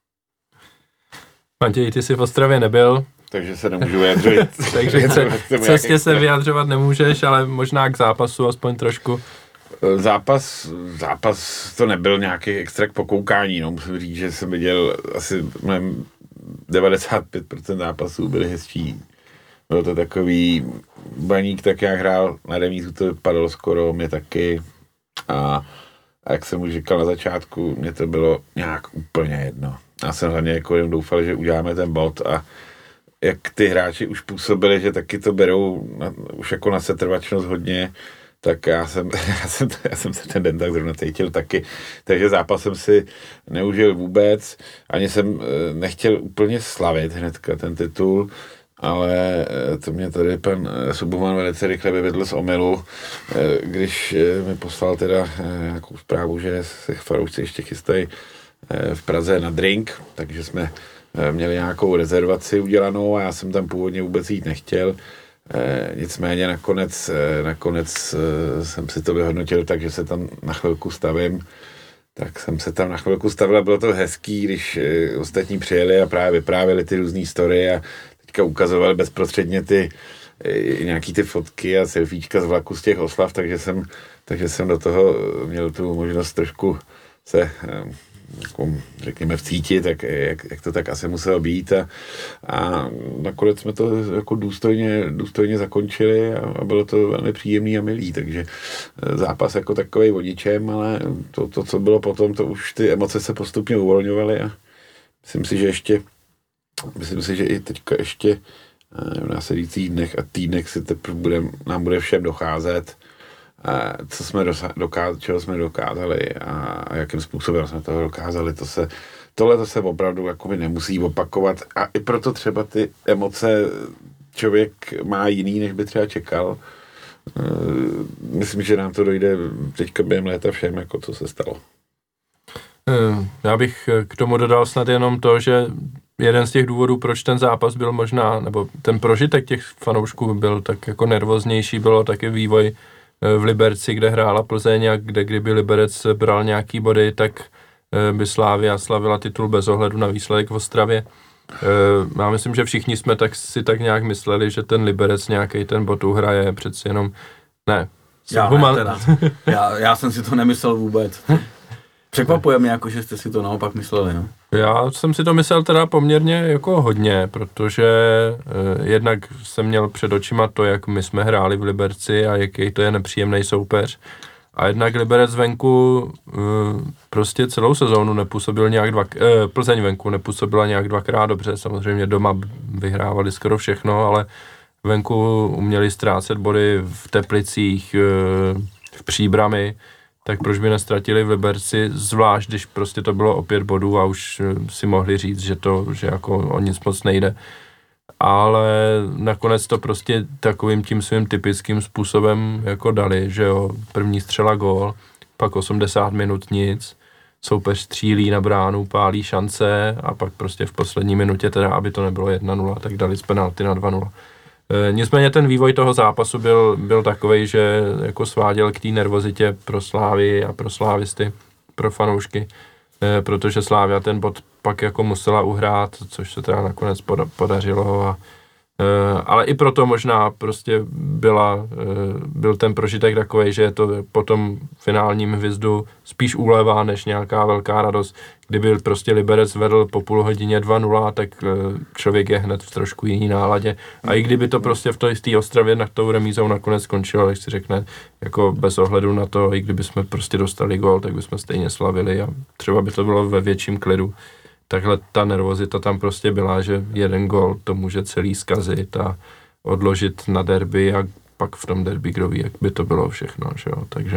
S1: Matěj, ty jsi v Ostravě nebyl.
S4: Takže se nemůžu vyjadřovat.
S1: Takže k cestě se vyjadřovat nemůžeš, ale možná k zápasu aspoň trošku.
S4: Zápas, zápas to nebyl nějaký extra k pokoukání, no. Musím říct, že jsem viděl asi devadesát pět procent zápasů byly hezčí. Byl to takový Baník, tak jak hrál na remízu, to vypadalo skoro, mě taky. A, a jak jsem už říkal na začátku, mě to bylo nějak úplně jedno. Já jsem hlavně jako jen doufal, že uděláme ten bod a jak ty hráči už působili, že taky to berou na, už jako na setrvačnost hodně, tak já jsem, já, jsem, já jsem se ten den tak zrovna cítil taky. Takže zápas jsem si neužil vůbec, ani jsem nechtěl úplně slavit hnedka ten titul, ale to mě tady pan Suboman velice rychle vyvedl z omylu, když mi poslal teda nějakou zprávu, že se fanoušci ještě chystají v Praze na drink, takže jsme měli nějakou rezervaci udělanou a já jsem tam původně vůbec jít nechtěl. E, nicméně nakonec, e, nakonec e, jsem si to vyhodnotil tak, že se tam na chvilku stavím. Tak jsem se tam na chvilku stavil a bylo to hezký, když e, ostatní přijeli a právě vyprávěli ty různý story a teďka ukazovali bezprostředně ty e, nějaký ty fotky a selfiečka z vlaku z těch oslav, takže jsem, takže jsem do toho měl tu možnost trošku se... E, jako, řekněme, vcítit, jak, jak, jak to tak asi muselo být a, a nakonec jsme to jako důstojně, důstojně zakončili a, a bylo to velmi příjemný a milý, takže zápas jako takovej vodičem, ale to, to, co bylo potom, to už ty emoce se postupně uvolňovaly a myslím si, že ještě myslím si, že i teďka ještě v následujících dnech a týdnech si teprve bude, nám bude všem docházet, co jsme dokázali, čeho jsme dokázali a, a jakým způsobem jsme toho dokázali, to se, tohle to se opravdu jakoby nemusí opakovat a i proto třeba ty emoce člověk má jiný, než by třeba čekal. Myslím, že nám to dojde teďka během léta všem, jako co se stalo.
S1: Já bych k tomu dodal snad jenom to, že jeden z těch důvodů, proč ten zápas byl možná, nebo ten prožitek těch fanoušků byl tak jako nervóznější, bylo taky vývoj v Liberci, kde hrála Plzeň a kde kdyby Liberec bral nějaký body, tak by Slavia slavila titul bez ohledu na výsledek v Ostravě. Já myslím, že všichni jsme tak si tak nějak mysleli, že ten Liberec nějaký ten bod uhraje, přeci jenom ne.
S3: Já,
S1: human...
S3: ne teda. já, já jsem si to nemyslel vůbec. Překvapuje mě, jako, že jste si to naopak mysleli, no.
S1: Já jsem si to myslel teda poměrně jako hodně, protože eh, jednak jsem měl před očima to, jak my jsme hráli v Liberci a jaký to je nepříjemný soupeř. A jednak Liberec venku uh, prostě celou sezónu nepůsobil nějak dva, uh, Plzeň venku nepůsobila nějak dvakrát dobře, samozřejmě doma vyhrávali skoro všechno, ale venku uměli ztrácet body v Teplicích, uh, v Příbrami, tak proč by nestratili v Liberci, zvlášť když prostě to bylo o pět bodů a už si mohli říct, že to, že jako o nic moc nejde. Ale nakonec to prostě takovým tím svým typickým způsobem jako dali, že jo, první střela gól, pak osmdesát minut nic, soupeř střílí na bránu, pálí šance a pak prostě v poslední minutě teda, aby to nebylo jedna nula, tak dali z penalty na dva nula. E, nicméně ten vývoj toho zápasu byl, byl takovej, že jako sváděl k té nervozitě pro Slávy a pro slávisty, pro fanoušky, e, protože Slávia ten bod pak jako musela uhrát, což se teda nakonec poda- podařilo a e, ale i proto možná prostě byla, e, byl ten prožitek takovej, že je to po tom finálním hvizdu spíš úleva než nějaká velká radost. Kdyby prostě Liberec vedl po půl hodině dva nula, tak e, člověk je hned v trošku jiný náladě. A i kdyby to prostě v té Ostravě nad tou remízou nakonec skončilo, když si řekne, jako bez ohledu na to, i kdyby jsme prostě dostali gól, tak bychom stejně slavili a třeba by to bylo ve větším klidu. Takhle ta nervozita tam prostě byla, že jeden gól to může celý zkazit a odložit na derby a pak v tom derby kdo ví, jak by to bylo všechno, že jo, takže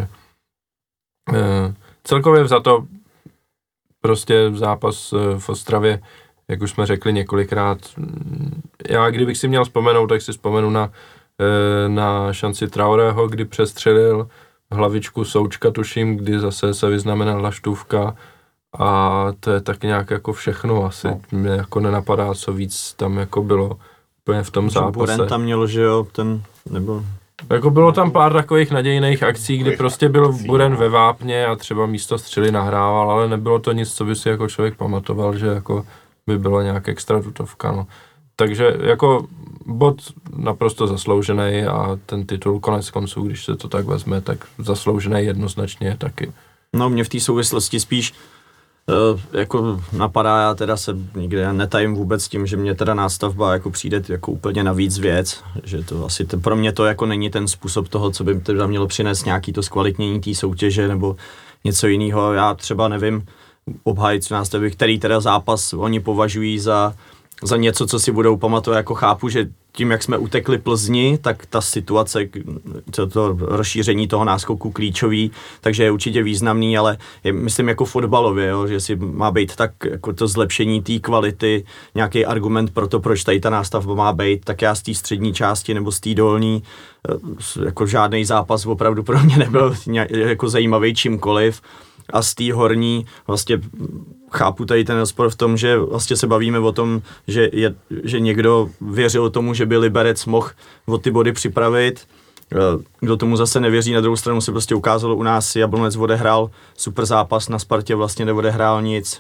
S1: e, celkově vzato prostě zápas v Ostravě, jak už jsme řekli několikrát, já kdybych si měl vzpomenout, tak si vzpomenu na, e, na šanci Traorého, kdy přestřelil hlavičku Součka, teďka, kdy zase se vyznamenala štůvka. A to je tak nějak jako všechno asi. No. Mě jako nenapadá, co víc tam jako bylo úplně v tom zápase.
S2: Buren tam měl, že jo, ten, nebo...
S1: Jako bylo tam pár takových nadějných akcí, kdy prostě byl Buren ve vápně a třeba místo střely nahrával, ale nebylo to nic, co by si jako člověk pamatoval, že jako by bylo nějak extra tutovka, no. Takže jako bod naprosto zasloužený a ten titul konec konců, když se to tak vezme, tak zasloužený jednoznačně taky.
S2: No mě v té souvislosti spíš Uh, jako napadá, já teda se nikde netajím vůbec tím, že mě teda nástavba jako přijde jako úplně navíc věc, že to asi te, pro mě to jako není ten způsob toho, co by teda mělo přinést nějaký to zkvalitnění té soutěže nebo něco jiného. Já třeba nevím, obhájit nástavby, který teda zápas oni považují za, za něco, co si budou pamatovat, jako chápu, že tím, jak jsme utekli Plzni, tak ta situace, to, to rozšíření toho náskoku klíčový, takže je určitě významný, ale je, myslím jako fotbalově, jo, že si má být tak jako to zlepšení té kvality, nějaký argument pro to, proč tady ta nástavba má být, tak já z té střední části nebo z té dolní, jako žádný zápas opravdu pro mě nebyl nějak, jako zajímavý čímkoliv. A z té horní vlastně chápu tady ten rozpor v tom, že vlastně se bavíme o tom, že, je, že někdo věřil tomu, že by Liberec mohl o ty body připravit. Kdo tomu zase nevěří, na druhou stranu se prostě ukázalo u nás, Jablonec odehrál super zápas, na Spartě vlastně neodehrál nic.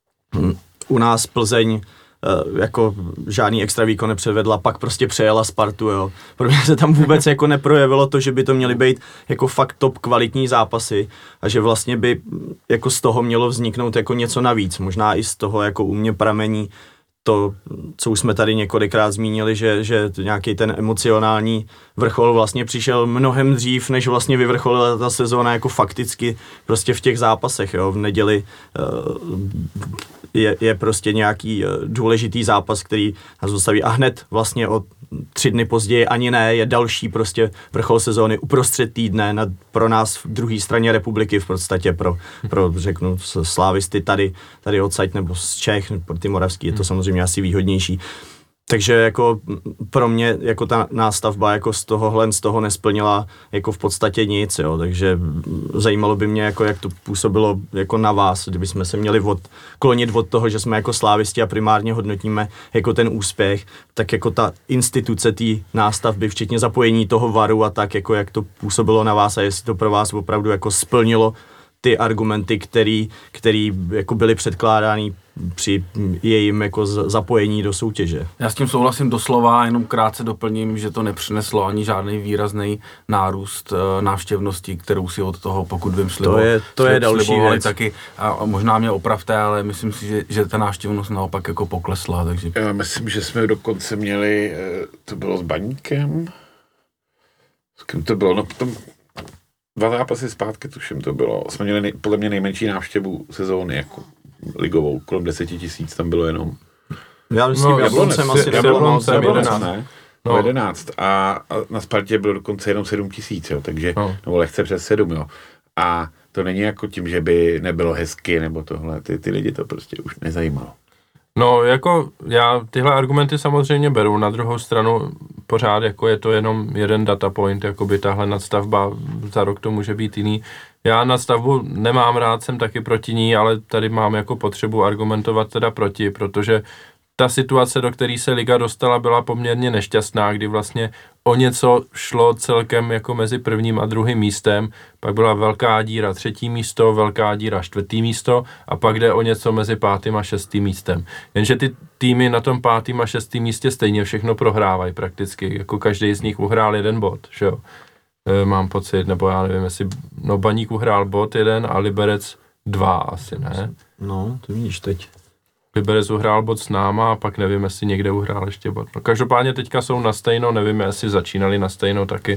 S2: U nás Plzeň jako žádný extra výkon nepředvedla, pak prostě přejela Spartu, jo. Pro mě se tam vůbec jako neprojevilo to, že by to měly být jako fakt top kvalitní zápasy a že vlastně by jako z toho mělo vzniknout jako něco navíc, možná i z toho jako u mě pramení to, co už jsme tady několikrát zmínili, že, že nějaký ten emocionální vrchol vlastně přišel mnohem dřív, než vlastně vyvrcholila ta sezóna jako fakticky prostě v těch zápasech, jo. V neděli uh, je, je prostě nějaký uh, důležitý zápas, který nás zastaví a hned vlastně o tři dny později ani ne, je další prostě vrchol sezóny uprostřed týdne na, pro nás v druhé straně republiky v podstatě pro, pro řeknu, slávisty tady, tady odsaď nebo z Čech, pro ty moravský je to samozřejmě asi výhodnější. Takže jako pro mě jako ta nástavba jako z tohohle z toho nesplnila jako v podstatě nic, jo, takže zajímalo by mě jako jak to působilo jako na vás, kdybychom se měli odklonit od toho, že jsme jako slávisti a primárně hodnotíme jako ten úspěch, tak jako ta instituce té nástavby, včetně zapojení toho varu a tak jako jak to působilo na vás a jestli to pro vás opravdu jako splnilo ty argumenty, který, který jako byly předkládány při jejím jako zapojení do soutěže.
S3: Já s tím souhlasím doslova, jenom krátce doplním, že to nepřineslo ani žádný výrazný nárůst uh, návštěvnosti, kterou si od toho, pokud vím, slibo,
S2: to je, to je další věc.
S3: Taky, a možná mě opravte, ale myslím si, že, že ta návštěvnost naopak jako poklesla. Takže...
S4: Já myslím, že jsme dokonce měli, to bylo s Baníkem, s kým to bylo, no potom dva zápasy zpátky, tuším to bylo, jsme měli nej, podle mě nejmenší návštěvu sezóny, jako ligovou, kolem deseti tisíc tam bylo jenom.
S2: Já myslím,
S1: No,
S2: Jabloncem asi
S1: Jabloncem,
S2: nebylo moc,
S1: jedenáct.
S4: Ne?
S1: No.
S4: No jedenáct a, a na Spartě bylo dokonce jenom sedm tisíc, jo, takže,
S1: no.
S4: nebo lehce přes sedm, jo. A to není jako tím, že by nebylo hezky nebo tohle, ty, ty lidi to prostě už nezajímalo.
S1: No, jako já tyhle argumenty samozřejmě beru, na druhou stranu pořád jako je to jenom jeden data point, jako by tahle nadstavba za rok to může být jiný. Já nadstavbu nemám rád, jsem taky proti ní, ale tady mám jako potřebu argumentovat teda proti, protože ta situace, do které se liga dostala, byla poměrně nešťastná, kdy vlastně o něco šlo celkem jako mezi prvním a druhým místem, pak byla velká díra třetí místo, velká díra čtvrtý místo a pak jde o něco mezi pátým a šestým místem. Jenže ty týmy na tom pátým a šestým místě stejně všechno prohrávají prakticky, jako každý z nich uhrál jeden bod, že jo. E, mám pocit, nebo já nevím, jestli, no Baník uhrál bod jeden a Liberec dva asi, ne?
S2: No, to vidíš teď.
S1: Liberec uhrál bod s náma a pak nevím, jestli někde uhrál ještě bod. No, každopádně teďka jsou na stejno, nevím, jestli začínali na stejno taky.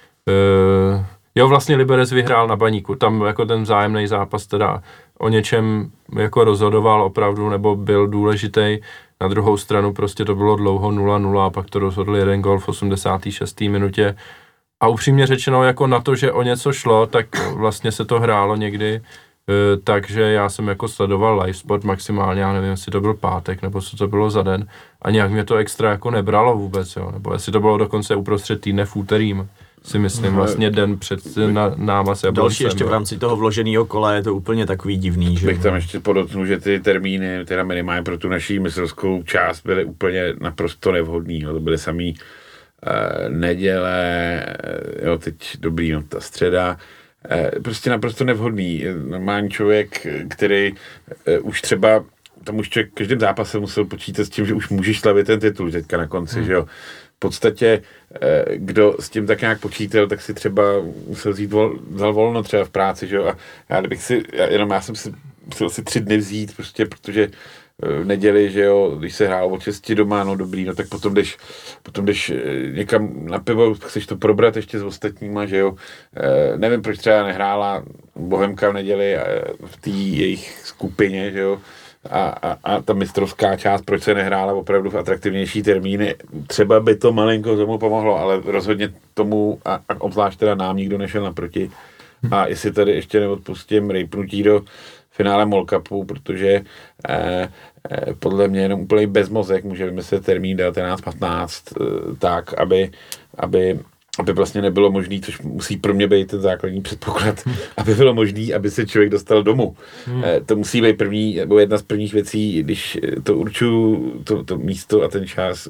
S1: E, jo, vlastně Liberec vyhrál na Baníku, tam jako ten vzájemný zápas teda o něčem jako rozhodoval opravdu, nebo byl důležitý. Na druhou stranu prostě to bylo dlouho nula nula a pak to rozhodl jeden gól v osmdesáté šesté minutě. A upřímně řečeno, jako na to, že o něco šlo, tak vlastně se to hrálo někdy. Uh, takže já jsem jako sledoval live sport maximálně, já nevím, jestli to byl pátek, nebo co to bylo za den a nějak mě to extra jako nebralo vůbec, jo, nebo jestli to bylo dokonce uprostřed týdne v úterým, si myslím, vlastně den před na, náma se Jabloncem.
S2: Další ještě v rámci toho vloženého kola je to úplně takový divný, že?
S4: Bych tam ještě podotknul, že ty termíny, teda minimálně pro tu naší mistrovskou část byly úplně naprosto nevhodný, jo, to byly samý uh, neděle, uh, jo, teď dobrý, no, ta středa, prostě naprosto nevhodný. Normální člověk, který uh, už třeba, tam už člověk každým zápasem musel počítat s tím, že už můžeš slavit ten titul teďka na konci, hmm. že jo. V podstatě, uh, kdo s tím tak nějak počítal, tak si třeba musel vzít vol, vzal volno třeba v práci, že jo. A já kdybych si, já, jenom já jsem si musel si tři dny vzít, prostě, protože v neděli, že jo, když se hrálo o šesti doma, no dobrý, no tak potom jdeš, potom jdeš někam na pivo, chceš to probrat ještě s ostatníma, že jo, e, nevím, proč třeba nehrála Bohemka v neděli v té jejich skupině, že jo, a, a, a ta mistrovská část, proč se nehrála opravdu v atraktivnější termíny, třeba by to malinko tomu pomohlo, ale rozhodně tomu, a, a obzvlášť teda nám nikdo nešel naproti, a jestli tady ještě neodpustím rejpnutí do finále Mall Cupu, protože eh, eh, podle mě jenom úplně bezmozek může vymyslet termín devatenáct patnáct eh, tak, aby, aby, aby vlastně nebylo možný, což musí pro mě být ten základní předpoklad, aby bylo možný, aby se člověk dostal domů. Hmm. Eh, to musí být první, nebo jedna z prvních věcí, když to určuju, to, to místo a ten čas,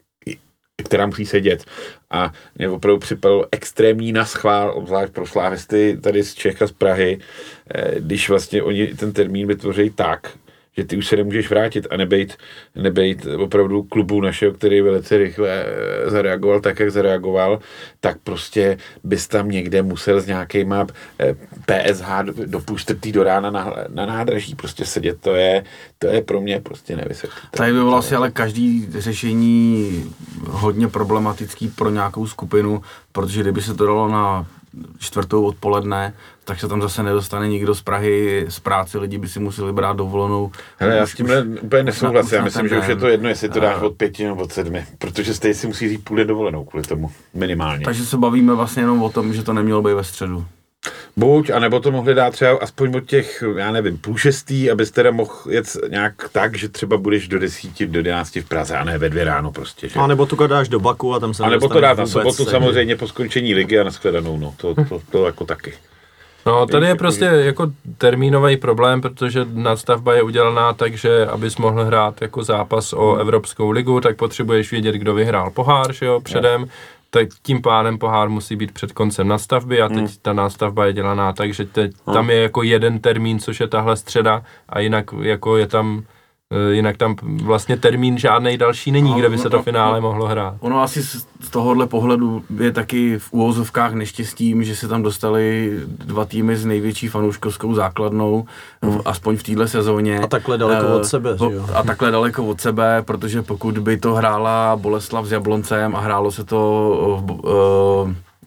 S4: která musí sedět. A mě opravdu připadl extrémní naschvál, obzvlášť pro slávisty tady z Čech a z Prahy, když vlastně oni ten termín vytvoří tak, že ty už se nemůžeš vrátit a nebejt, nebejt opravdu klubu našeho, který velice rychle zareagoval tak, jak zareagoval, tak prostě bys tam někde musel s nějakýma P S H do půl čtvrtý do rána na, na nádraží prostě sedět. To je, to je pro mě prostě nevysvětlitelné.
S3: Tady by bylo asi ale každý řešení hodně problematický pro nějakou skupinu, protože kdyby se to dalo na čtvrtou odpoledne, tak se tam zase nedostane nikdo z Prahy, z práce, lidi by si museli brát dovolenou.
S4: Hele, já s tímhle úplně nesouhlasím, já myslím, že už je to jedno, jestli to dáš od pěti nebo od sedmi, protože stejně si musí říct půl dovolenou kvůli tomu, minimálně.
S3: Takže se bavíme vlastně jenom o tom, že to nemělo být ve středu.
S4: Buď, anebo to mohli dát třeba aspoň od těch, já nevím, půl šestý, abys teda mohl jet nějak tak, že třeba budeš do desíti, do jedenácti v Praze, a ne ve dvě ráno prostě. Že?
S2: A nebo to dáš do Baku a tam se
S4: a nebo to dát na sobotu
S2: se...
S4: samozřejmě po skončení ligy a na shledanou, no, to, to, to, to jako taky.
S1: No, tady je prostě jako termínový problém, protože nadstavba je udělaná tak, že abys mohl hrát jako zápas o Evropskou ligu, tak potřebuješ vědět, kdo vyhrál pohár, že jo, předem. Tak tím pádem pohár musí být před koncem nastavby a teď hmm. ta nástavba je dělaná tak, že teď tam je jako jeden termín, což je tahle středa a jinak jako je tam jinak tam vlastně termín žádnej další není, kde by se to finále mohlo hrát.
S3: Ono asi z tohohle pohledu je taky v úvozovkách neštěstím, že se tam dostali dva týmy s největší fanouškovskou základnou, hmm. aspoň v téhle sezóně.
S2: A takhle daleko uh, od sebe, že jo?
S3: A takhle daleko od sebe, protože pokud by to hrála Boleslav s Jabloncem a hrálo se to v, uh,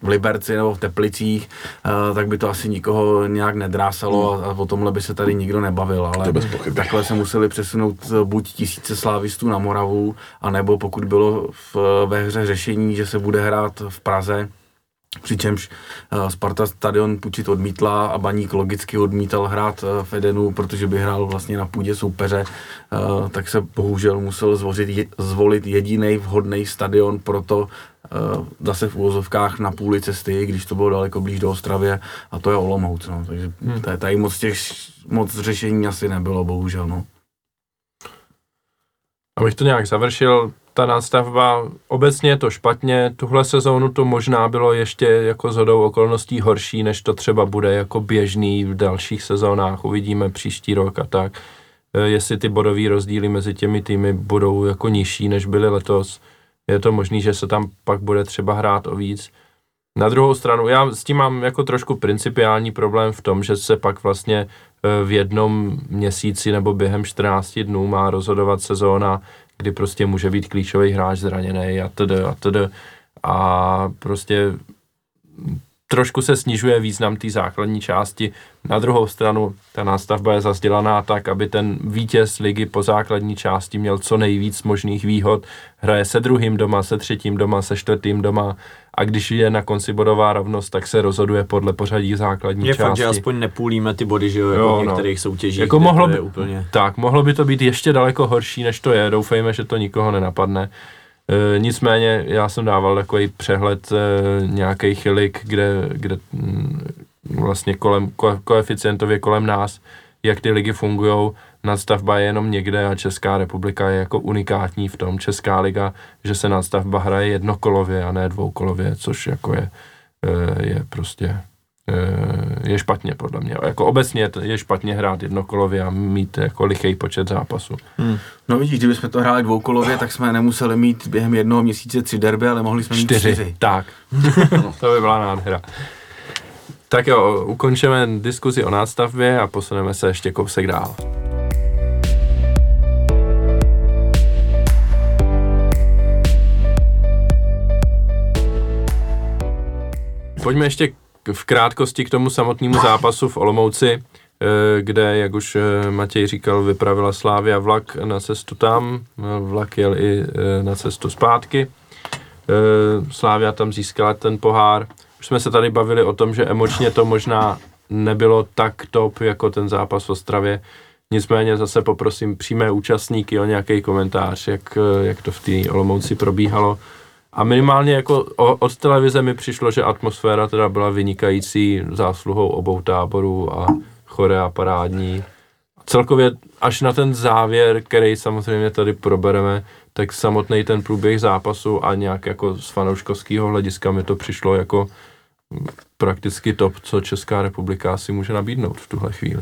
S3: v Liberci nebo v Teplicích, uh, tak by to asi nikoho nějak nedrásalo hmm. a, a o tomhle by se tady nikdo nebavil, ale takhle se museli přesunout buď tisíce slávistů na Moravu, anebo pokud bylo v, ve hře řešení, že se bude hrát v Praze, přičemž uh, Sparta stadion půjčit odmítla a Baník logicky odmítal hrát uh, v Edenu, protože by hrál vlastně na půdě soupeře, uh, tak se bohužel musel zvořit, je, zvolit jediný vhodný stadion pro to, uh, zase v uvozovkách na půli cesty, když to bylo daleko blíž do Ostravy, a to je Olomouc, no. Takže hmm. tady moc těch moc řešení asi nebylo, bohužel, no.
S1: Abych to nějak završil, ta nástavba, obecně je to špatně, tuhle sezónu to možná bylo ještě jako shodou okolností horší, než to třeba bude jako běžný v dalších sezónách, uvidíme příští rok a tak. Jestli ty bodové rozdíly mezi těmi týmy budou jako nižší, než byly letos, je to možný, že se tam pak bude třeba hrát o víc. Na druhou stranu, já s tím mám jako trošku principiální problém v tom, že se pak vlastně v jednom měsíci nebo během čtrnácti dnů má rozhodovat sezóna, kdy prostě může být klíčový hráč zraněný a td. a td. A prostě trošku se snižuje význam té základní části. Na druhou stranu ta nástavba je zazdělaná tak, aby ten vítěz ligy po základní části měl co nejvíc možných výhod. Hraje se druhým doma, se třetím doma, se čtvrtým doma a když je na konci bodová rovnost, tak se rozhoduje podle pořadí základní
S2: je
S1: části.
S2: Je fakt, že aspoň nepůlíme ty body, že jo, jako jo, v některých no. soutěžích,
S1: jako mohlo by,
S2: úplně...
S1: Tak, mohlo by to být ještě daleko horší, než to je. Doufejme, že to nikoho nenapadne. E, nicméně já jsem dával takový přehled e, nějakých lig, kde, kde m, vlastně kolem, ko, koeficientově kolem nás, jak ty ligy fungujou. Nadstavba je jenom někde a Česká republika je jako unikátní v tom, Česká liga, že se nadstavba hraje jednokolově a ne dvoukolově, což jako je, e, je prostě e, je špatně podle mě. Jako obecně je špatně hrát jednokolově a mít jako lichý počet zápasů.
S3: Hmm. No vidíš, kdybychom to hráli dvoukolově, tak jsme nemuseli mít během jednoho měsíce tři derby, ale mohli jsme mít čtyři. čtyři.
S1: Tak, to by byla nádhera. Tak jo, ukončíme diskuzi o nástavbě a posuneme se ještě kousek dál. Pojďme ještě v krátkosti k tomu samotnému zápasu v Olomouci, kde, jak už Matěj říkal, vypravila Slavia vlak na cestu tam, vlak jel i na cestu zpátky. Slavia tam získala ten pohár. Už jsme se tady bavili o tom, že emočně to možná nebylo tak top jako ten zápas v Ostravě. Nicméně zase poprosím přímé účastníky o nějaký komentář, jak, jak to v té Olomouci probíhalo. A minimálně jako od televize mi přišlo, že atmosféra teda byla vynikající zásluhou obou táborů a chorea parádní. Celkově až na ten závěr, který samozřejmě tady probereme, tak samotný ten průběh zápasu a nějak jako z fanouškovského hlediska mi to přišlo jako prakticky top, co Česká republika si může nabídnout v tuhle chvíli.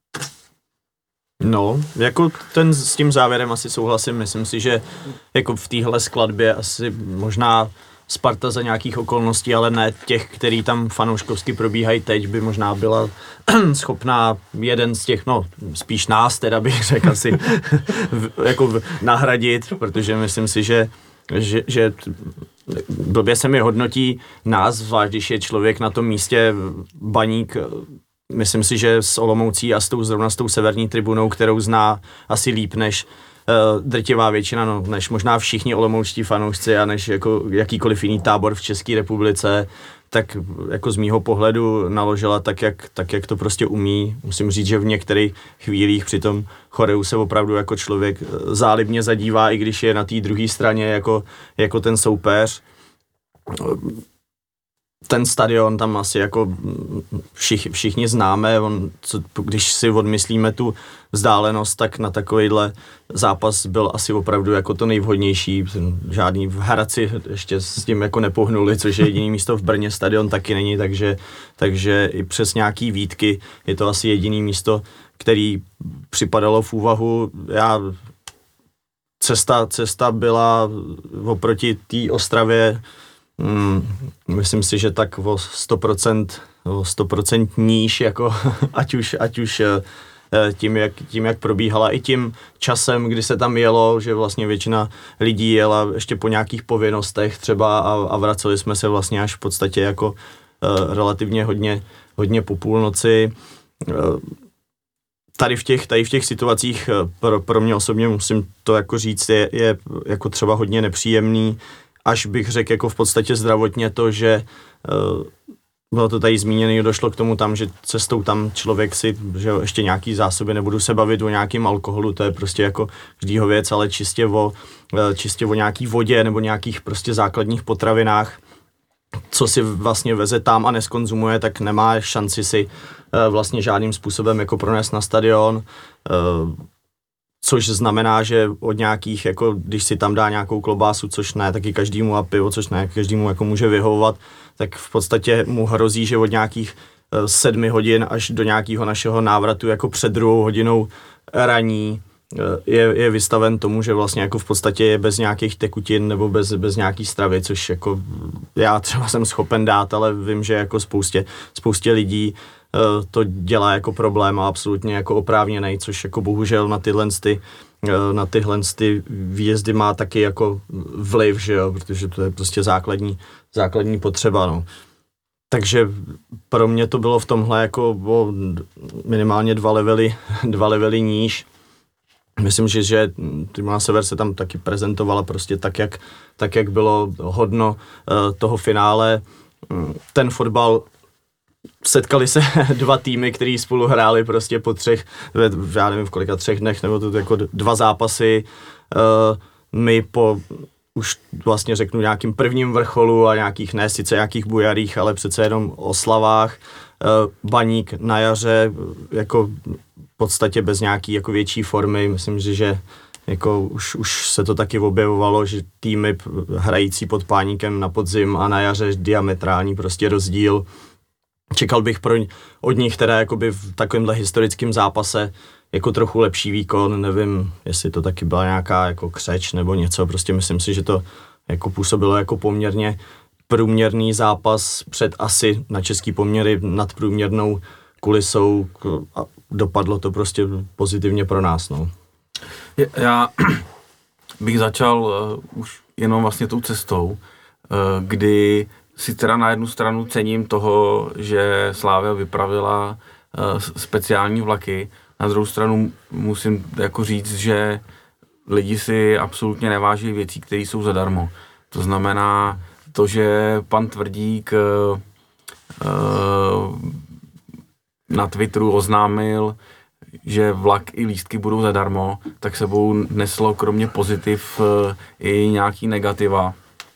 S2: No, jako ten s tím závěrem asi souhlasím, myslím si, že jako v téhle skladbě asi možná Sparta za nějakých okolností, ale ne těch, který tam fanouškovsky probíhají teď, by možná byla schopná jeden z těch, no spíš nás teda bych řekl asi jako nahradit, protože myslím si, že že, že blbě se mi hodnotí nás, zvlášť když je člověk na tom místě Baník. Myslím si, že s Olomoucí a s tou, zrovna s tou severní tribunou, kterou zná asi líp než uh, drtivá většina, no, než možná všichni olomoučtí fanoušci a než jako jakýkoliv jiný tábor v České republice, tak jako z mýho pohledu naložila tak jak, tak, jak to prostě umí. Musím říct, že v některých chvílích při tom choreu se opravdu jako člověk zálibně zadívá, i když je na té druhé straně jako, jako ten soupeř. Ten stadion tam asi jako všich, všichni známe, on, co, když si odmyslíme tu vzdálenost, tak na takovýhle zápas byl asi opravdu jako to nejvhodnější. Žádný v Hradci ještě s tím jako nepohnuli, což je jediný místo v Brně, stadion taky není, takže, takže i přes nějaký výtky je to asi jediný místo, který připadalo v úvahu. Já, cesta, cesta byla oproti té Ostravě, Hmm, myslím si, že tak o sto procent, o sto procent níž, jako ať už, ať už tím jak, tím, jak probíhala, i tím časem, kdy se tam jelo, že vlastně většina lidí jela ještě po nějakých povinnostech třeba a, a vraceli jsme se vlastně až v podstatě jako uh, relativně hodně, hodně po půlnoci. Uh, Tady v těch, tady v těch situacích pro, pro mě osobně musím to jako říct, je, je jako třeba hodně nepříjemný, až bych řekl jako v podstatě zdravotně to, že uh, bylo to tady zmíněné, došlo k tomu tam, že cestou tam člověk si, že jo, ještě nějaký zásoby, nebudu se bavit o nějakém alkoholu, to je prostě jako vždýho věc, ale čistě o, čistě o nějaký vodě nebo nějakých prostě základních potravinách, co si vlastně veze tam a neskonzumuje, tak nemá šanci si uh, vlastně žádným způsobem jako pronést na stadion, uh, což znamená, že od nějakých, jako když si tam dá nějakou klobásu, což ne taky každému, a pivo, což ne každému jako může vyhovovat, tak v podstatě mu hrozí, že od nějakých uh, sedmi hodin až do nějakého našeho návratu jako před druhou hodinou raní je, je vystaven tomu, že vlastně jako v podstatě je bez nějakých tekutin nebo bez, bez nějaký stravy, což jako já třeba jsem schopen dát, ale vím, že jako spoustě, spoustě lidí uh, to dělá jako problém a absolutně jako oprávněnej, což jako bohužel na tyhle ty, uh, na tyhle ty výjezdy má taky jako vliv, že jo, protože to je prostě základní, základní potřeba, no. Takže pro mě to bylo v tomhle jako o minimálně dva levely, dva levely níž. Myslím, že, že Tribuna Sever se tam taky prezentovala prostě tak, jak, tak, jak bylo hodno uh, toho finále. Ten fotbal, setkali se dva týmy, který spolu hráli prostě po třech, já nevím v kolika třech dnech, nebo to jako dva zápasy. Uh, my po už vlastně řeknu nějakým prvním vrcholu a nějakých, ne sice nějakých bujarích, ale přece jenom oslavách. Uh, Baník na jaře jako v podstatě bez nějaký jako větší formy. Myslím, že, že jako už, už se to taky objevovalo, že týmy hrající pod Páníkem na podzim a na jaře diametrální prostě rozdíl. Čekal bych pro, od nich teda jakoby v takovémhle historickém zápase jako trochu lepší výkon, nevím, jestli to taky byla nějaká jako křeč nebo něco, prostě myslím si, že to jako působilo jako poměrně průměrný zápas před asi na český poměry nadprůměrnou kulisou a dopadlo to prostě pozitivně pro nás, no.
S3: Já bych začal uh, už jenom vlastně tou cestou, uh, kdy si teda na jednu stranu cením toho, že Slavia vypravila uh, speciální vlaky, na druhou stranu musím jako říct, že lidi si absolutně neváží věcí, které jsou zadarmo. To znamená to, že pan Tvrdík uh, uh, na Twitteru oznámil, že vlak i lístky budou zadarmo, tak sebou neslo kromě pozitiv uh, i nějaký negativa.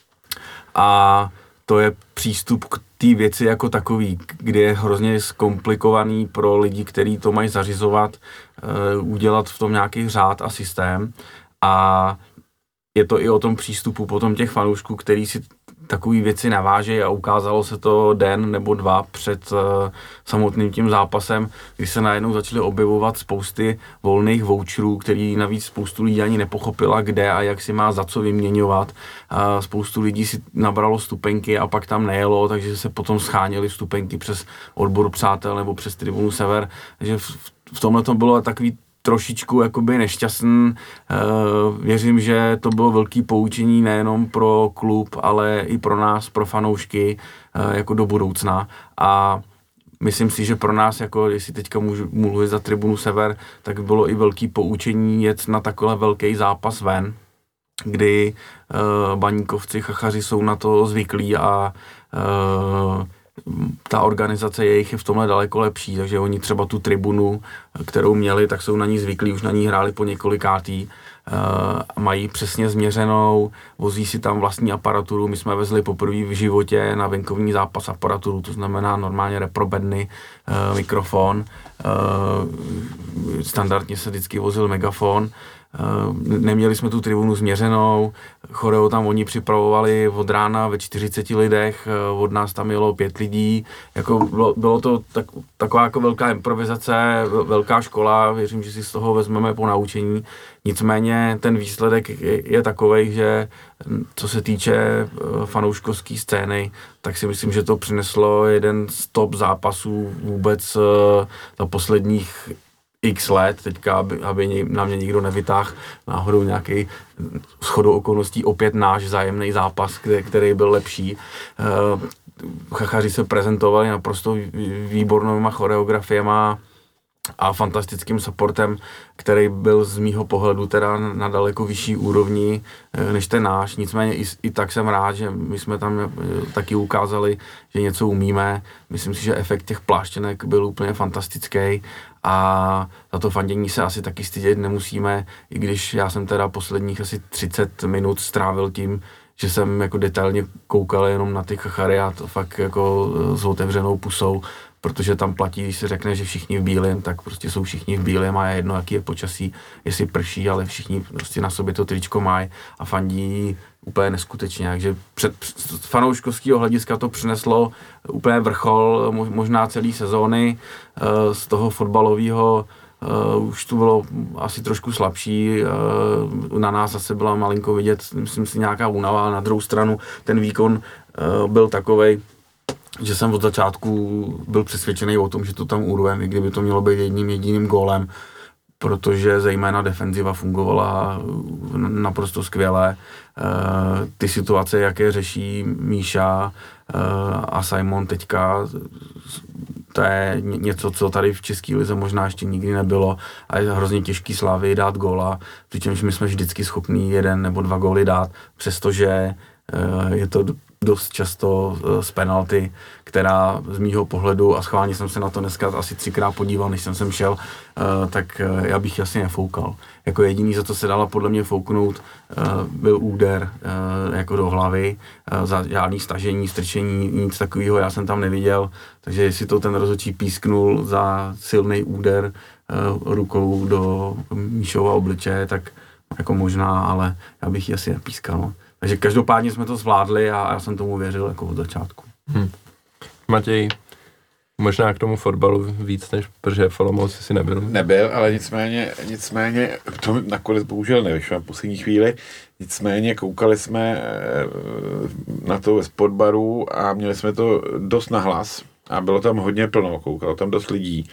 S3: A to je přístup k té věci jako takový, kdy je hrozně zkomplikovaný pro lidi, kteří to mají zařizovat, uh, udělat v tom nějaký řád a systém. A je to i o tom přístupu potom těch fanoušků, který si takové věci navážejí a ukázalo se to den nebo dva před uh, samotným tím zápasem, kdy se najednou začaly objevovat spousty volných voucherů, který navíc spoustu lidí ani nepochopila, kde a jak si má za co vyměňovat. Uh, spoustu lidí si nabralo stupenky a pak tam nejelo, takže se potom scháněly stupenky přes odbor přátel nebo přes Tribunu Sever. Takže v, v tomhle to bylo takový trošičku jakoby nešťastný. Věřím, že to bylo velký poučení nejenom pro klub, ale i pro nás, pro fanoušky, jako do budoucna. A myslím si, že pro nás, jako jestli teďka můžu mluvit za Tribunu Sever, tak bylo i velký poučení jet na takový velký zápas ven, kdy baníkovci, chachaři jsou na to zvyklí a ta organizace jejich je v tomhle daleko lepší, takže oni třeba tu tribunu, kterou měli, tak jsou na ní zvyklí, už na ní hráli po několikátý, uh, mají přesně změřenou, vozí si tam vlastní aparaturu, my jsme vezli poprvé v životě na venkovní zápas aparaturu, to znamená normálně reprobedny, uh, mikrofon, uh, standardně se vždycky vozil megafon. Neměli jsme tu tribunu změřenou, choreo tam oni připravovali od rána ve čtyřiceti lidech, od nás tam jelo pět lidí, jako bylo, bylo to tak, taková jako velká improvizace, velká škola, věřím, že si z toho vezmeme po naučení, nicméně ten výsledek je, je takovej, že co se týče fanouškovské scény, tak si myslím, že to přineslo jeden z top zápasů vůbec za posledních x let, teďka, aby, aby na mě nikdo nevytáhl náhodou nějaký shodou okolností opět náš vzájemný zápas, který, který byl lepší. Chachaři se prezentovali naprosto výbornýma choreografiema a fantastickým supportem, který byl z mýho pohledu teda na daleko vyšší úrovni než ten náš. Nicméně i, i tak jsem rád, že my jsme tam taky ukázali, že něco umíme. Myslím si, že efekt těch pláštěnek byl úplně fantastický a za to fandění se asi taky stydět nemusíme, i když já jsem teda posledních asi třicet minut strávil tím, že jsem jako detailně koukal jenom na ty chachary a to fakt jako s otevřenou pusou, protože tam platí, když se řekne, že všichni v bílém, tak prostě jsou všichni v bílém a je jedno, jaký je počasí, jestli prší, ale všichni prostě na sobě to tričko mají a fandí úplně neskutečně. Takže před fanouškovského hlediska to přineslo úplně vrchol, možná celý sezóny. Z toho fotbalového Uh, už to bylo asi trošku slabší, uh, na nás zase byla malinko vidět, myslím si, nějaká únava, ale na druhou stranu ten výkon uh, byl takovej, že jsem od začátku byl přesvědčený o tom, že to tam urvem, i kdyby to mělo být jedním jediným gólem, protože zejména defenziva fungovala naprosto skvěle. Uh, ty situace, jaké řeší Míša uh, a Simon teďka, to je něco, co tady v české lize možná ještě nikdy nebylo a je hrozně těžký Slavii dát góla, přičemž my jsme vždycky schopní jeden nebo dva góly dát, přestože uh, je to dost často z penalty, která z mýho pohledu, a schválně jsem se na to dneska asi třikrát podíval, než jsem sem šel, tak já bych jasně nefoukal. Jako jediný, za to se dala podle mě fouknout, byl úder jako do hlavy, za žádný stažení, strčení, nic takového já jsem tam neviděl, takže jestli to ten rozhodčí písknul za silný úder rukou do Míšova obličeje, tak jako možná, ale já bych ji asi nepískal. Takže každopádně jsme to zvládli a já jsem tomu věřil jako od začátku.
S1: Hmm. Matěj, možná k tomu fotbalu víc, než protože v Olomouci si nebyl.
S4: Nebyl, ale nicméně, nicméně to nakonec bohužel nevyšlo na poslední chvíli. Nicméně koukali jsme na to ve sportbaru a měli jsme to dost nahlas a bylo tam hodně plno, koukalo tam dost lidí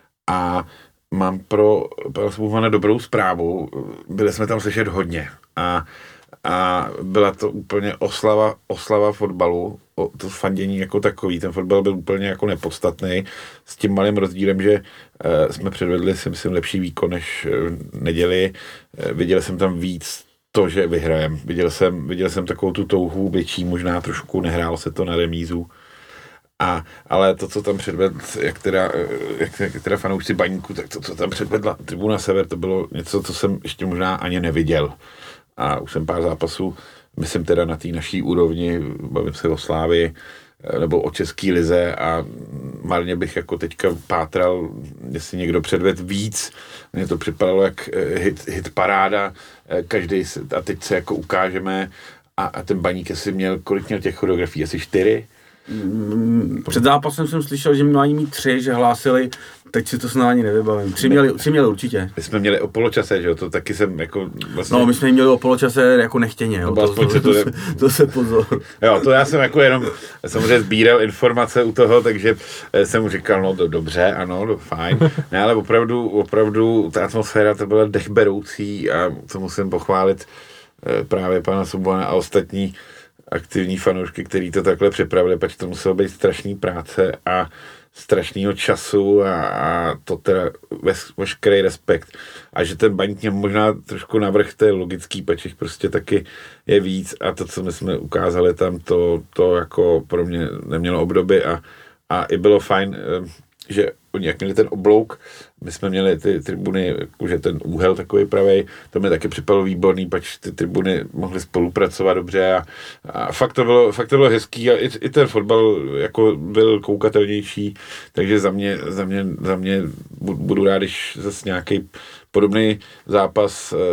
S4: a mám pro Olomouc dobrou zprávu, byli jsme tam slyšet hodně a A byla to úplně oslava, oslava fotbalu, to fandění jako takový, ten fotbal byl úplně jako nepodstatný, s tím malým rozdílem, že uh, jsme předvedli si myslím lepší výkon než v neděli, uh, viděl jsem tam víc to, že vyhrajem, viděl jsem, viděl jsem takovou tu touhu větší, možná trošku nehrálo se to na remízu, a, ale to, co tam předvedl, jak teda, jak, jak teda fanoušci Baníku, tak to, co tam předvedla Tribuna Sever, to bylo něco, co jsem ještě možná ani neviděl. A už jsem pár zápasů, myslím teda na té naší úrovni, bavím se o Slávii, nebo o české lize a marně bych jako teďka pátral, jestli někdo předved víc. Mně to připadalo jak hit, hit paráda, každý se, a teď se jako ukážeme a, a ten Baník asi měl, kolik měl těch choreografií, asi čtyři?
S3: Před zápasem jsem slyšel, že měli mít tři, že hlásili, teď si to snad ani nevybavím. Tři měli, tři měli určitě.
S4: My jsme měli o poločase, že jo, to taky jsem jako vlastně...
S3: No, my jsme měli o poločase jako nechtěně, jo, to, to, to, to, se, to se pozor.
S4: Jo, to já jsem jako jenom samozřejmě sbíral informace u toho, takže jsem mu říkal, no do, dobře, ano, do, fajn. Ne, ale opravdu, opravdu ta atmosféra to byla dechberoucí a co musím pochválit právě pana Sobona a ostatní aktivní fanoušky, který to takhle připravili, protože to muselo být strašný práce a strašnýho času a, a to teda ves, veškerý respekt. A že ten Baník měl možná trošku navrch té logický, protože prostě taky je víc a to, co my jsme ukázali tam, to, to jako pro mě nemělo obdoby a, a i bylo fajn, že oni jak měli ten oblouk, my jsme měli ty tribuny, že ten úhel takový pravej, to mi taky připadlo výborný, pač ty tribuny mohly spolupracovat dobře a, a fakt, to bylo, fakt to bylo hezký a i, i ten fotbal jako byl koukatelnější, takže za mě, za mě, za mě budu rád, když zase nějaký podobný zápas e,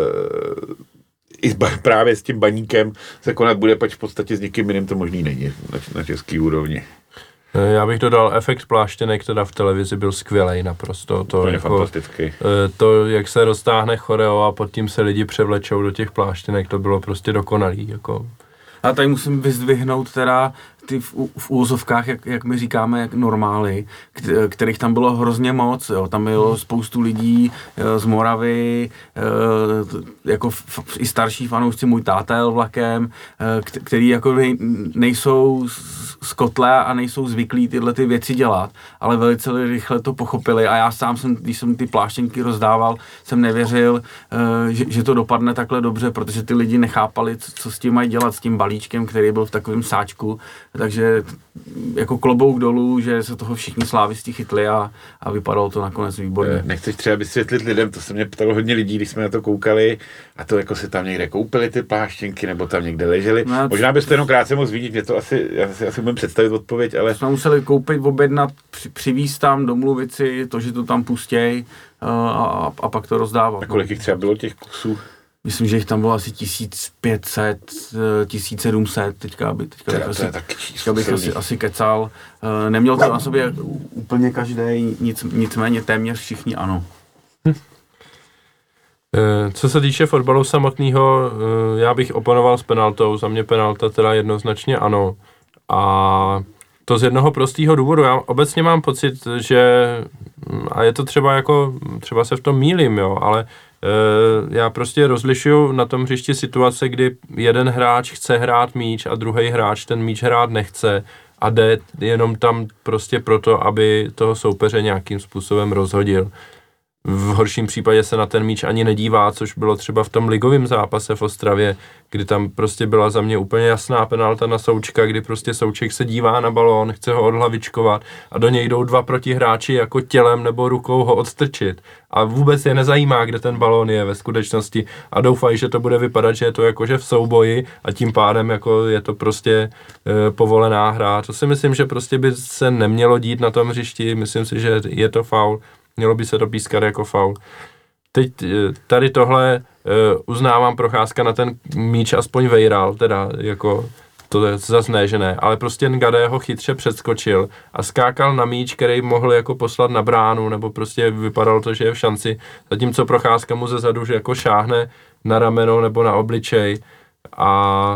S4: i právě s tím Baníkem se konat bude, pač v podstatě s někým jiným to možný není na, na český úrovni.
S1: Já bych dodal, efekt pláštěnek teda v televizi byl skvělej naprosto. To,
S4: je
S1: jako,
S4: fantastický.
S1: To, jak se roztáhne choreo a pod tím se lidi převlečou do těch pláštěnek, to bylo prostě dokonalý. Jako.
S3: A tady musím vyzdvihnout teda ty v, v úvozovkách, jak, jak my říkáme, jak normály, kterých tam bylo hrozně moc, jo. Tam bylo spoustu lidí z Moravy, jako f, i starší fanoušci, můj táta jel vlakem, který jako nej, nejsou z kotle a nejsou zvyklí tyhle ty věci dělat, ale velice rychle to pochopili a já sám jsem, když jsem ty pláštěnky rozdával, jsem nevěřil, že, že to dopadne takhle dobře, protože ty lidi nechápali, co, co s tím mají dělat, s tím balíčkem, který byl v takovém sáčku, takže jako klobouk dolů, že se toho všichni slávisti chytli a, a vypadalo to nakonec výborně.
S4: Nechceš třeba vysvětlit lidem, to se mě ptalo hodně lidí, když jsme na to koukali, a to jako si tam někde koupili ty pláštěnky, nebo tam někde leželi. No, možná byste jenom krátce mohl zvídit, mě to asi, já si asi můžu představit odpověď, ale...
S3: Jsme museli koupit, objednat, při, přivízt tam, domluvit si to, že to tam pustěj a, a, a pak to rozdávat.
S4: A kolik jich třeba bylo těch kusů?
S3: Myslím, že jich tam bylo asi tisíc pět set, tisíc sedm set, teďka, by, teďka, bych, asi, teďka bych asi, asi kecal. Neměl to na sobě úplně každý, nic, nicméně téměř všichni ano.
S1: Hm. Co se týče fotbalu samotného, já bych oponoval s penaltou, za mě penalta teda jednoznačně ano. A to z jednoho prostého důvodu, já obecně mám pocit, že, a je to třeba jako, třeba se v tom mýlím, jo, ale já prostě rozlišuju na tom hřišti situace, kdy jeden hráč chce hrát míč a druhý hráč ten míč hrát nechce a jde jenom tam prostě proto, aby toho soupeře nějakým způsobem rozhodil. V horším případě se na ten míč ani nedívá, což bylo třeba v tom ligovém zápase v Ostravě, kdy tam prostě byla za mě úplně jasná penalta na Součka, kdy prostě Souček se dívá na balón, chce ho odhlavičkovat a do něj jdou dva protihráči jako tělem nebo rukou ho odstrčit. A vůbec je nezajímá, kde ten balón je ve skutečnosti a doufají, že to bude vypadat, že je to jakože v souboji a tím pádem jako je to prostě e, povolená hra. To si myslím, že prostě by se nemělo dít na tom hřišti, myslím si, že je to faul. Mělo by se to pískat jako faul. Teď tady tohle uh, uznávám, Procházka na ten míč aspoň vejral, teda jako to zase ne, že ne, ale prostě Ngade ho chytře předskočil a skákal na míč, který mohl jako poslat na bránu, nebo prostě vypadalo to, že je v šanci, zatímco Procházka mu zezadu, že jako šáhne na rameno nebo na obličej a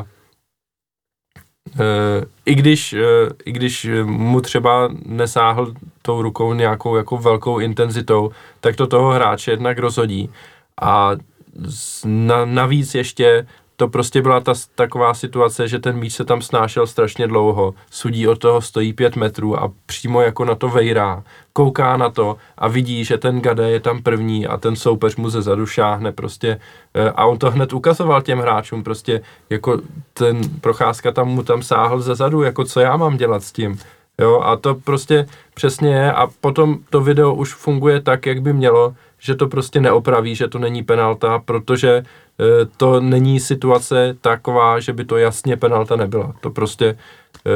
S1: Uh, i když, uh, i když mu třeba nesáhl tou rukou nějakou jako velkou intenzitou, tak to toho hráče jednak rozhodí a na, navíc ještě to prostě byla ta taková situace, že ten míč se tam snášel strašně dlouho, sudí od toho stojí pět metrů a přímo jako na to vejrá, kouká na to a vidí, že ten Gade je tam první a ten soupeř mu zezadu šáhne prostě a on to hned ukazoval těm hráčům, prostě jako ten Procházka tam mu tam sáhl zezadu, jako co já mám dělat s tím, jo, a to prostě přesně je a potom to video už funguje tak, jak by mělo, že to prostě neopraví, že to není penalta, protože e, to není situace taková, že by to jasně penalta nebyla. To prostě e,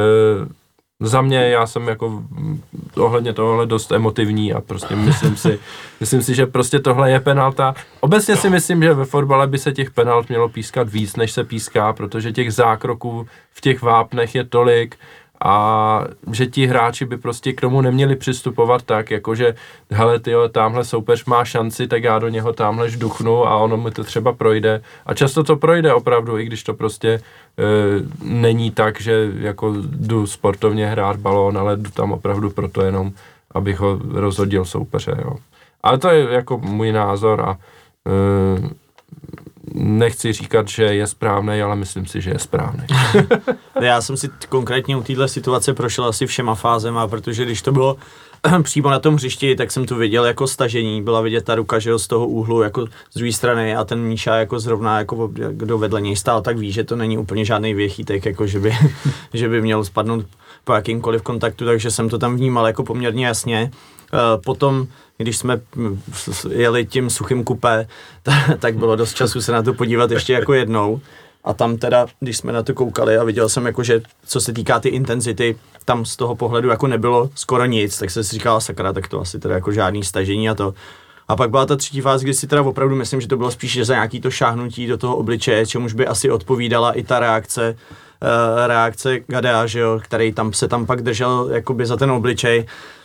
S1: za mě, já jsem jako ohledně tohle dost emotivní a prostě myslím si, myslím si, že prostě tohle je penalta. Obecně si myslím, že ve fotbale by se těch penalt mělo pískat víc, než se píská, protože těch zákroků v těch vápnech je tolik, a že ti hráči by prostě k tomu neměli přistupovat tak, jakože hele tyjo, tamhle soupeř má šanci, tak já do něho tamhle žduchnu a ono mi to třeba projde. A často to projde opravdu, i když to prostě e, není tak, že jako jdu sportovně hrát balón, ale jdu tam opravdu proto jenom, abych ho rozhodil soupeře, jo. Ale to je jako můj názor a e, nechci říkat, že je správný, ale myslím si, že je správný.
S2: Já jsem si konkrétně u téhle situace prošel asi všema fázema, protože když to bylo přímo na tom hřišti, tak jsem to viděl jako stažení, byla vidět ta ruka, že jo, z toho úhlu jako z druhé strany a ten Míša jako zrovna, jako kdo vedle něj stál, tak ví, že to není úplně žádný věchýtek, jako že by, že by měl spadnout po jakýmkoliv kontaktu, takže jsem to tam vnímal jako poměrně jasně. Potom, když jsme jeli tím suchým kupé, tak bylo dost času se na to podívat ještě jako jednou. A tam teda, když jsme na to koukali a viděl jsem jako, že co se týká ty intenzity, tam z toho pohledu jako nebylo skoro nic, tak jsem si říkal, sakra, tak to asi teda jako žádný stažení a to. A pak byla ta třetí fáze, kdy si teda opravdu myslím, že to bylo spíš za nějaký to šáhnutí do toho obličeje, čemuž by asi odpovídala i ta reakce, uh, reakce Gadea, že jo, který tam se tam pak držel jakoby za ten obličej.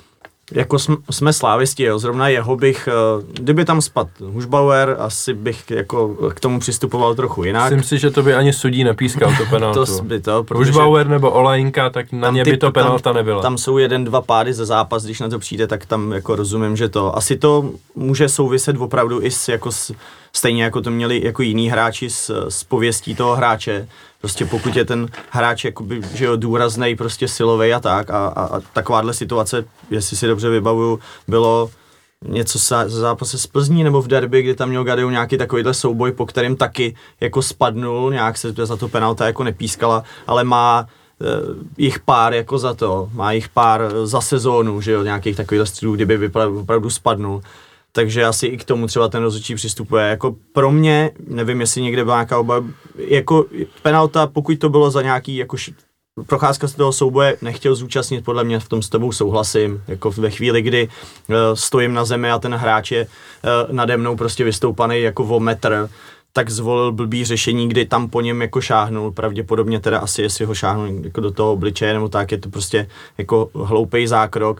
S2: jako jsme, jsme slávisti, jo, zrovna jeho bych, kdyby tam spadl Hušbauer, asi bych jako k tomu přistupoval trochu jinak.
S1: Myslím si, že to by ani sudí nepískal to penaltu.
S2: to by to,
S1: Hušbauer nebo Olajnka, tak na ně by to penalta nebyla.
S2: Tam jsou jeden, dva pády za zápas, když na to přijde, tak tam jako rozumím, že to, asi to může souviset opravdu i s, jako s, stejně jako to měli jako jiní hráči s, s pověstí toho hráče. Prostě pokud je ten hráč jakoby, že jo, důraznej, prostě silovej a tak a, a, a takováhle situace, jestli si dobře vybavuju, bylo něco za zápase s Plzní nebo v derby, kdy tam měl Gadeu nějaký takovýhle souboj, po kterém taky jako spadnul, nějak se za to penalta jako nepískala, ale má uh, jich pár jako za to, má jich pár za sezónu, že jo, nějakých takovýchhle střílů, kdyby vypadal, opravdu spadnul. Takže asi i k tomu třeba ten rozhodčí přistupuje. Jako pro mě, nevím, jestli někde byla nějaká oba, jako penalta, pokud to bylo za nějaký jako š- Procházka z toho souboje nechtěl zúčastnit, podle mě v tom s tebou souhlasím. Jako ve chvíli, kdy uh, stojím na zemi a ten hráč je uh, nade mnou prostě vystoupaný jako o metr, tak zvolil blbý řešení, kdy tam po něm jako šáhnul, pravděpodobně teda asi jestli ho šáhnul jako do toho obličeje nebo tak, je to prostě jako hloupej zákrok.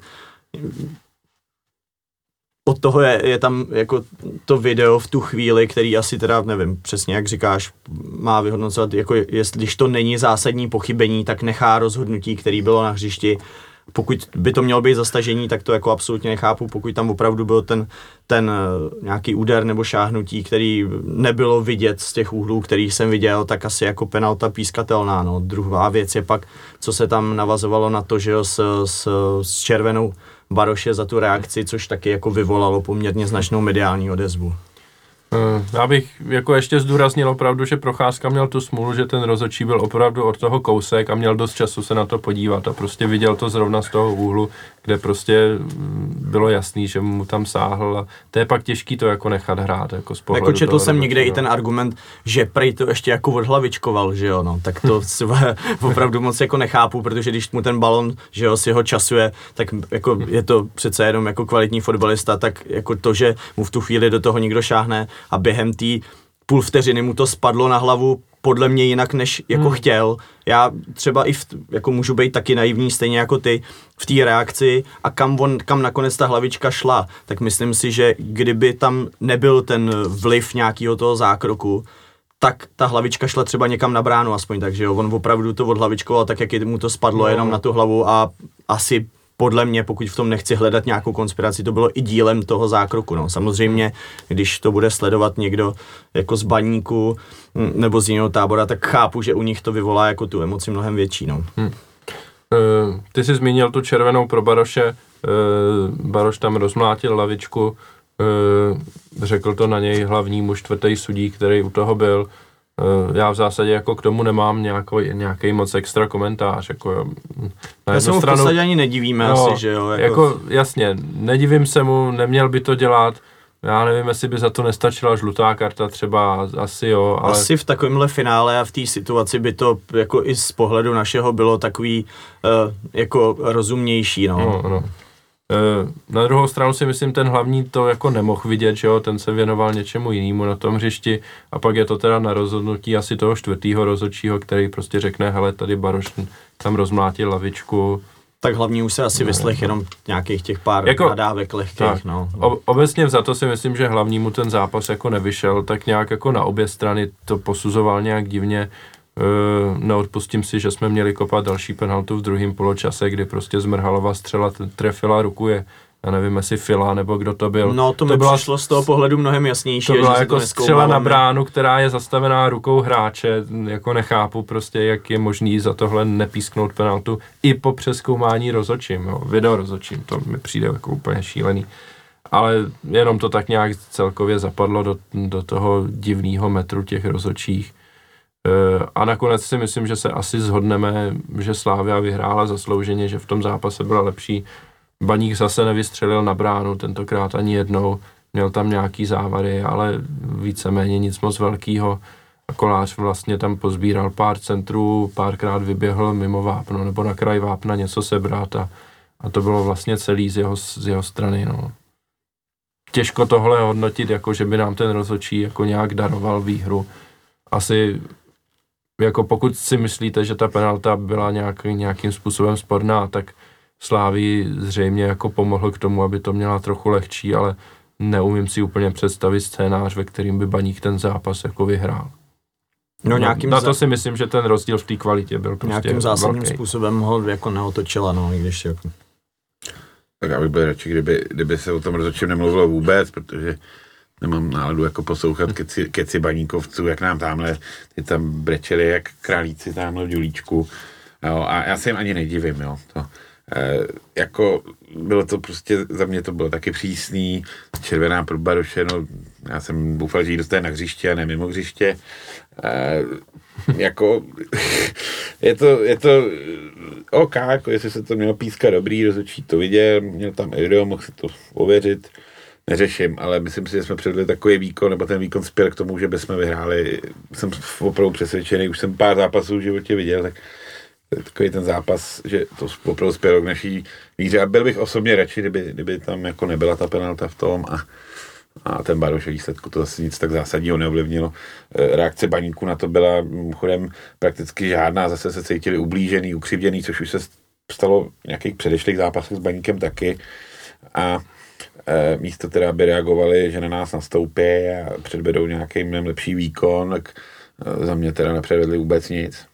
S2: Od toho je, je tam jako to video v tu chvíli, který asi teda, nevím, přesně jak říkáš, má vyhodnocovat, jako jestli, když to není zásadní pochybení, tak nechá rozhodnutí, který bylo na hřišti. Pokud by to mělo být zastažení, tak to jako absolutně nechápu, pokud tam opravdu byl ten, ten nějaký úder nebo šáhnutí, který nebylo vidět z těch úhlů, který jsem viděl, tak asi jako penalta pískatelná. No. Druhá věc je pak, co se tam navazovalo na to, že jo, s, s, s červenou Baroše za tu reakci, což taky jako vyvolalo poměrně značnou mediální odezvu.
S1: Já bych jako ještě zdůraznil opravdu, že Procházka měl tu smůlu, že ten rozhodčí byl opravdu od toho kousek a měl dost času se na to podívat a prostě viděl to zrovna z toho úhlu, kde prostě bylo jasný, že mu tam sáhl a to je pak těžký to jako nechat hrát. Jako, z
S2: jako četl jsem někde i ten argument, že prej to ještě jako odhlavičkoval, že jo, no, tak to opravdu moc jako nechápu, protože když mu ten balon, že jo, si ho časuje, tak jako je to přece jenom jako kvalitní fotbalista, tak jako to, že mu v tu chvíli do toho někdo šáhne a během té půl vteřiny mu to spadlo na hlavu podle mě jinak, než jako hmm. chtěl. Já třeba i v, jako můžu být taky naivní, stejně jako ty, v té reakci a kam, on, kam nakonec ta hlavička šla, tak myslím si, že kdyby tam nebyl ten vliv nějakého toho zákroku, tak ta hlavička šla třeba někam na bránu aspoň, takže jo, on opravdu to odhlavičkoval tak, jak mu to spadlo no. jenom na tu hlavu a asi podle mě, pokud v tom nechci hledat nějakou konspiraci, to bylo i dílem toho zákroku. No. Samozřejmě, když to bude sledovat někdo jako z Baníku nebo z jiného tábora, tak chápu, že u nich to vyvolá jako tu emoci mnohem větší. No. Hmm.
S1: Uh, ty jsi zmínil tu červenou pro Baroše. Uh, Baroš tam rozmlátil lavičku. Uh, řekl to na něj hlavní muž, čtvrtý sudí, který u toho byl. Já v zásadě jako k tomu nemám nějaký, nějaký moc extra komentář. Jako,
S2: na Já se mu stranu, v podstatě ani nedivíme no, asi, že jo?
S1: Jako... jako jasně, nedivím se mu, neměl by to dělat. Já nevím, jestli by za to nestačila žlutá karta třeba, asi jo. Ale...
S2: Asi v takovémhle finále a v té situaci by to jako i z pohledu našeho bylo takový uh, jako rozumnější, no.
S1: no, no. Na druhou stranu si myslím, ten hlavní to jako nemohl vidět, že jo, ten se věnoval něčemu jinému na tom hřišti a pak je to teda na rozhodnutí asi toho čtvrtýho rozhodčího, který prostě řekne, hele, tady Baroš tam rozmlátil lavičku.
S2: Tak hlavně už se asi vyslech jenom nějakých těch pár jako, nadávek lehkých, tak, no.
S1: O, obecně za to si myslím, že hlavnímu ten zápas jako nevyšel, tak nějak jako na obě strany to posuzoval nějak divně. Uh, neodpustím si, že jsme měli kopat další penaltu v druhém poločase, kdy prostě Zmrhalova střela t- trefila ruku, je, já nevím, jestli Fila nebo kdo to byl.
S2: No to, to mi byla, přišlo z toho pohledu mnohem jasnější.
S1: To byla jako to střela na bránu, která je zastavená rukou hráče, jako nechápu prostě, jak je možný za tohle nepísknout penaltu i po přezkoumání rozhodčím, jo, video rozhodčím, to mi přijde jako úplně šílený. Ale jenom to tak nějak celkově zapadlo do, do toho divného metru těch rozhodčích. A nakonec si myslím, že se asi shodneme, že Slavia vyhrála zaslouženě, že v tom zápase byla lepší. Baník zase nevystřelil na bránu, tentokrát ani jednou, měl tam nějaký závady, ale víceméně nic moc velkýho. A Kolář vlastně tam pozbíral pár centrů, párkrát vyběhl mimo vápno nebo na kraj vápna něco sebrat a, a to bylo vlastně celý z jeho, z jeho strany. No. Těžko tohle hodnotit, jako že by nám ten rozhodčí jako nějak daroval výhru. Asi jako pokud si myslíte, že ta penalta byla nějak, nějakým způsobem sporná, tak Slávii zřejmě jako pomohl k tomu, aby to měla trochu lehčí, ale neumím si úplně představit scénář, ve kterým by Baník ten zápas jako vyhrál.
S2: No, nějakým
S1: na to si myslím, že ten rozdíl v té kvalitě byl prostě
S2: nějakým zásadním
S1: velký.
S2: způsobem ho jako neotočila, no, i když jako...
S4: Tak já bych byl radši, kdyby, kdyby se o tom rozhodčím nemluvilo vůbec, protože nemám náladu jako poslouchat keci, keci baníkovců, jak nám tamhle, ty tam brečeli jak králíci tamhle v Dělíčku. Jo, a já se jim ani nedivím, jo. To, e, jako bylo to prostě, za mě to bylo taky přísný, červená pro Baroše, no, já jsem doufal, že jí dostane na hřiště a ne mimo hřiště. E, jako, je to, je to OK, jako jestli se to mělo píska dobrý, rozhodčí to viděl, měl tam video, mohl si to ověřit, neřeším, ale myslím si, že jsme předvedli takový výkon, nebo ten výkon spěl k tomu, že bychom vyhráli. Jsem opravdu přesvědčený, už jsem pár zápasů v životě viděl, tak takový ten zápas, že to opravdu spělo k naší víře a byl bych osobně radši, kdyby, kdyby tam jako nebyla ta penalta v tom a, a ten Baroš výsledku to zase nic tak zásadního neovlivnilo. Reakce Baníku na to byla chodem prakticky žádná, zase se cítili ublížený, ukřivděný, což už se stalo v nějakých předešlých zápasech s Baníkem taky a e, místo teda, aby reagovali, že na nás nastoupí a předvedou nějaký mnohem lepší výkon, tak e, za mě teda nepředvedli vůbec nic.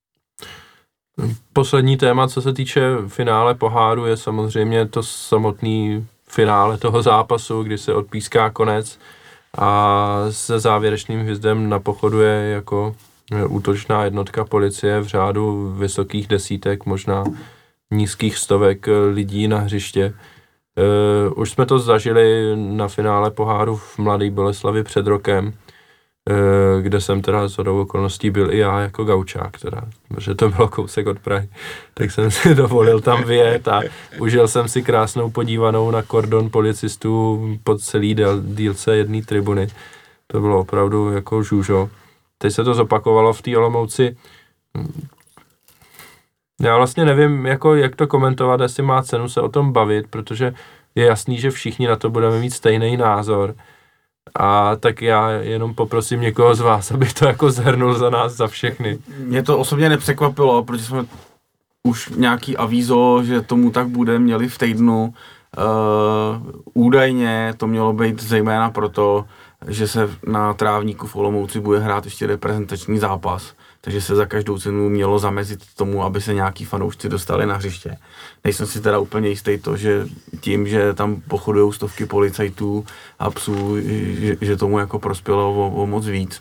S1: Poslední téma, co se týče finále poháru, je samozřejmě to samotný finále toho zápasu, kdy se odpíská konec a se závěrečným hvězdem na pochodu je jako útočná jednotka policie v řádu vysokých desítek, možná nízkých stovek lidí na hřiště. Uh, už jsme to zažili na finále poháru v Mladé Boleslavi před rokem, uh, kde jsem teda shodou okolností byl i já jako gaučák, teda, protože to bylo kousek od Prahy, tak jsem si dovolil tam vyjet a užil jsem si krásnou podívanou na kordon policistů po celý dél, dílce jedné tribuny. To bylo opravdu jako žůžo. Teď se to zopakovalo v té Olomouci. Já vlastně nevím, jako, jak to komentovat, jestli má cenu se o tom bavit, protože je jasný, že všichni na to budeme mít stejný názor. A tak já jenom poprosím někoho z vás, aby to jako zhrnul za nás, za všechny.
S3: Mě to osobně nepřekvapilo, protože jsme už nějaký avízo, že tomu tak bude, měli v týdnu. Uh, údajně to mělo být zejména proto, že se na trávníku v Olomouci bude hrát ještě reprezentační zápas. Takže se za každou cenu mělo zamezit tomu, aby se nějaký fanoušci dostali na hřiště. Nejsem si teda úplně jistý to, že tím, že tam pochodujou stovky policajtů a psů, že, že tomu jako prospělo o, o moc víc.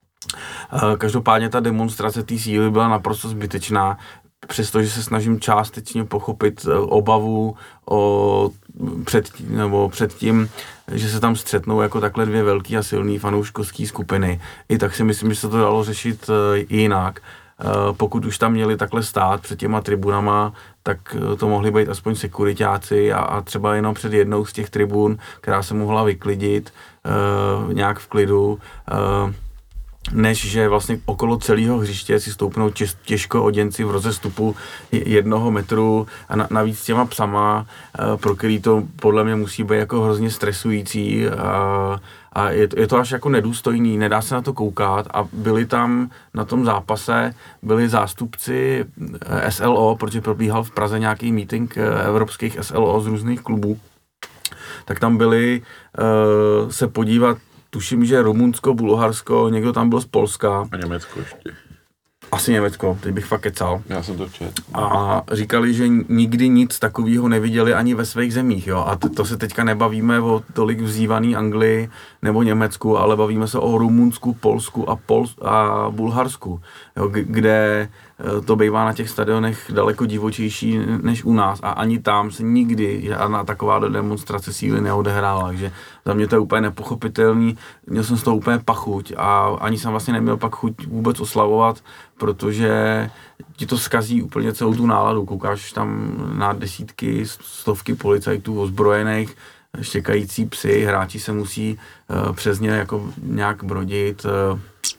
S3: Každopádně ta demonstrace té síly byla naprosto zbytečná, přestože se snažím částečně pochopit obavu o před, nebo před tím, že se tam střetnou jako takhle dvě velký a silný fanouškovský skupiny. I tak si myslím, že se to dalo řešit jinak. Pokud už tam měli takhle stát před těma tribunama, tak to mohli být aspoň sekuritáci a, a třeba jenom před jednou z těch tribun, která se mohla vyklidit uh, nějak v klidu, uh, než že vlastně okolo celého hřiště si stoupnou těž, těžko oděnci v rozestupu jednoho metru a na, navíc s těma psama, uh, pro který to podle mě musí být jako hrozně stresující a, a je, je to až jako nedůstojný, nedá se na to koukat a byli tam na tom zápase, byli zástupci S L O, protože probíhal v Praze nějaký meeting evropských S L O z různých klubů, tak tam byli uh, se podívat, tuším, že Rumunsko, Bulharsko, někdo tam byl z Polska.
S4: A Německo ještě.
S3: Asi Německo, teď bych fakt kecal.
S4: Já jsem to četl.
S3: A říkali, že nikdy nic takového neviděli ani ve svých zemích, jo. A to, to se teďka nebavíme o tolik vzývaný Anglii nebo Německu, ale bavíme se o Rumunsku, Polsku a, Pol- a Bulharsku, jo, kde to bývá na těch stadionech daleko divočejší než u nás a ani tam se nikdy žádná taková demonstrace síly neodehrála, takže za mě to je úplně nepochopitelný, měl jsem z toho úplně pachuť a ani jsem vlastně neměl pak chuť vůbec oslavovat, protože ti to zkazí úplně celou tu náladu, koukáš tam na desítky, stovky policajtů ozbrojených, štěkající psy, hráči se musí uh, přes ně jako nějak brodit, uh,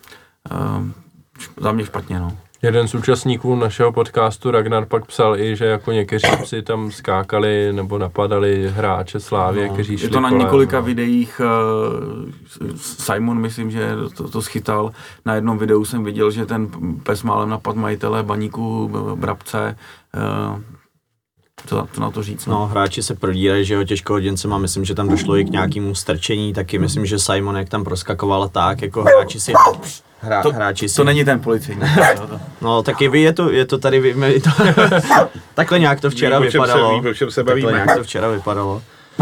S3: uh, za mě špatně, no.
S1: Jeden z účastníků našeho podcastu, Ragnar, pak psal i, že jako někteří psi tam skákali nebo napadali hráče Slávě, no, kteří šli
S3: je to na
S1: kolem,
S3: několika
S1: no.
S3: videích, uh, Simon myslím, že to, to schytal, na jednom videu jsem viděl, že ten pes málem napad majitele Baníku Brabce, uh, co, co na to říct.
S2: No, hráči se prodírají, že jo, těžkohoděncema, myslím, že tam došlo i k nějakému strčení, taky myslím, že Simon, jak tam proskakoval a tak, jako hráči si... Hra,
S3: to,
S2: hráči si...
S3: to není ten policejní.
S2: No, taky je to, je to tady, víme, to, takhle nějak to včera
S4: ví,
S2: vypadalo.
S4: Se, ví, se bavíme.
S2: Takhle nějak to včera vypadalo.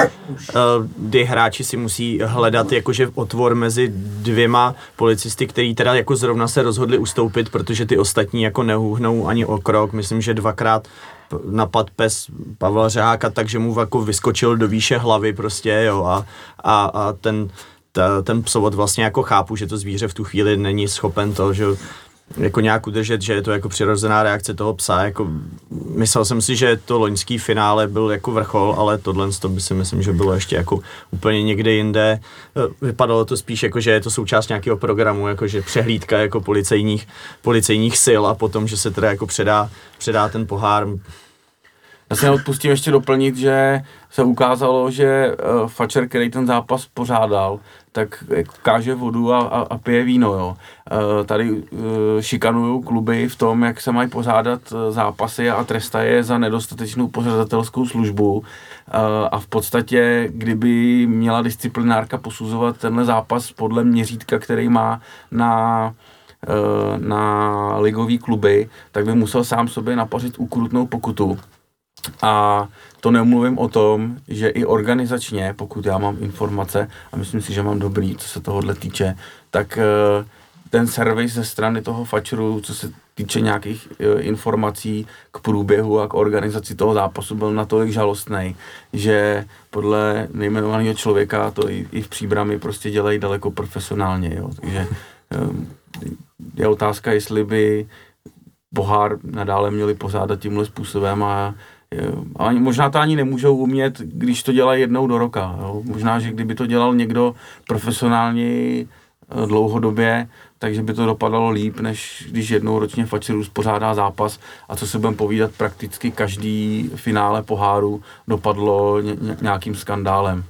S2: Kdy hráči si musí hledat jakože otvor mezi dvěma policisty, který teda jako zrovna se rozhodli ustoupit, protože ty ostatní jako neuhnou ani o krok. Myslím, že dvakrát napad pes Pavla Řeháka, takže mu jako vyskočil do výše hlavy prostě, jo, a, a, a ten, ta, ten psovod vlastně jako chápu, že to zvíře v tu chvíli není schopen to, že jako nějak udržet, že je to jako přirozená reakce toho psa, jako myslel jsem si, že to loňský finále byl jako vrchol, ale tohle to by si myslím, že bylo ještě jako úplně někde jinde. Vypadalo to spíš jako, že je to součást nějakého programu, jako že přehlídka jako policejních, policejních sil a potom, že se teda jako předá, předá ten pohár.
S3: Já si neodpustím ještě doplnit, že se ukázalo, že uh, fačer, který ten zápas pořádal, tak káže vodu a, a, a pije víno, jo. Uh, tady uh, šikanují kluby v tom, jak se mají pořádat uh, zápasy a trestají je za nedostatečnou pořadatelskou službu. Uh, a v podstatě, kdyby měla disciplinárka posuzovat tenhle zápas podle měřítka, který má na uh, na ligový kluby, tak by musel sám sobě napařit ukrutnou pokutu. A to nemluvím o tom, že i organizačně, pokud já mám informace, a myslím si, že mám dobrý, co se tohohle týče, tak ten servis ze strany toho fačeru, co se týče nějakých informací k průběhu a k organizaci toho zápasu, byl natolik žalostný, že podle nejmenovaného člověka to i, i v Příbrami prostě dělají daleko profesionálně. Jo. Takže je otázka, jestli by pohár nadále měli pořádat tímhle způsobem a A možná to ani nemůžou umět, když to dělají jednou do roka. Jo. Možná, že kdyby to dělal někdo profesionálně dlouhodobě, takže by to dopadalo líp, než když jednou ročně fačer uspořádá zápas a co se budeme povídat, prakticky každý finále poháru dopadlo ně, nějakým skandálem.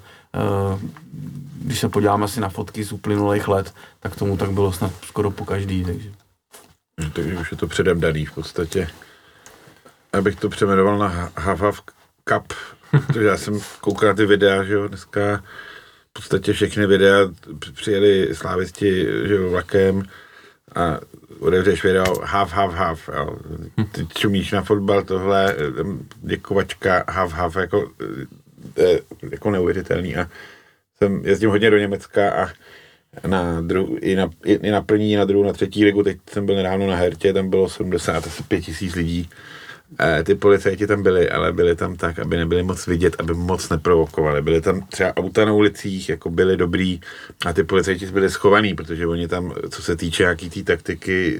S3: Když se podíváme asi na fotky z uplynulých let, tak tomu tak bylo snad skoro po každý. Takže,
S4: takže už je to předem daný v podstatě. Abych to přeměnoval na Hav Cup, protože já jsem koukal na ty videa, že jo, dneska v podstatě všechny videa přijeli slávisti, že jo, vlakem a odevřeš video Hav, Hav, Hav, jo. Ty čumíš na fotbal, tohle, děkovačka, Hav, Hav, jako, jako neuvěřitelný a jsem jezdím hodně do Německa a na dru, i, na, i na první, na druhou, na třetí ligu, teď jsem byl nedávno na Hertě, tam bylo sedmdesát pět tisíc lidí. E, ty policajti tam byli, ale byli tam tak, aby nebyli moc vidět, aby moc neprovokovali. Byli tam třeba auta na ulicích, jako byli dobrý a ty policajti byli schovaný, protože oni tam, co se týče nějaký té taktiky,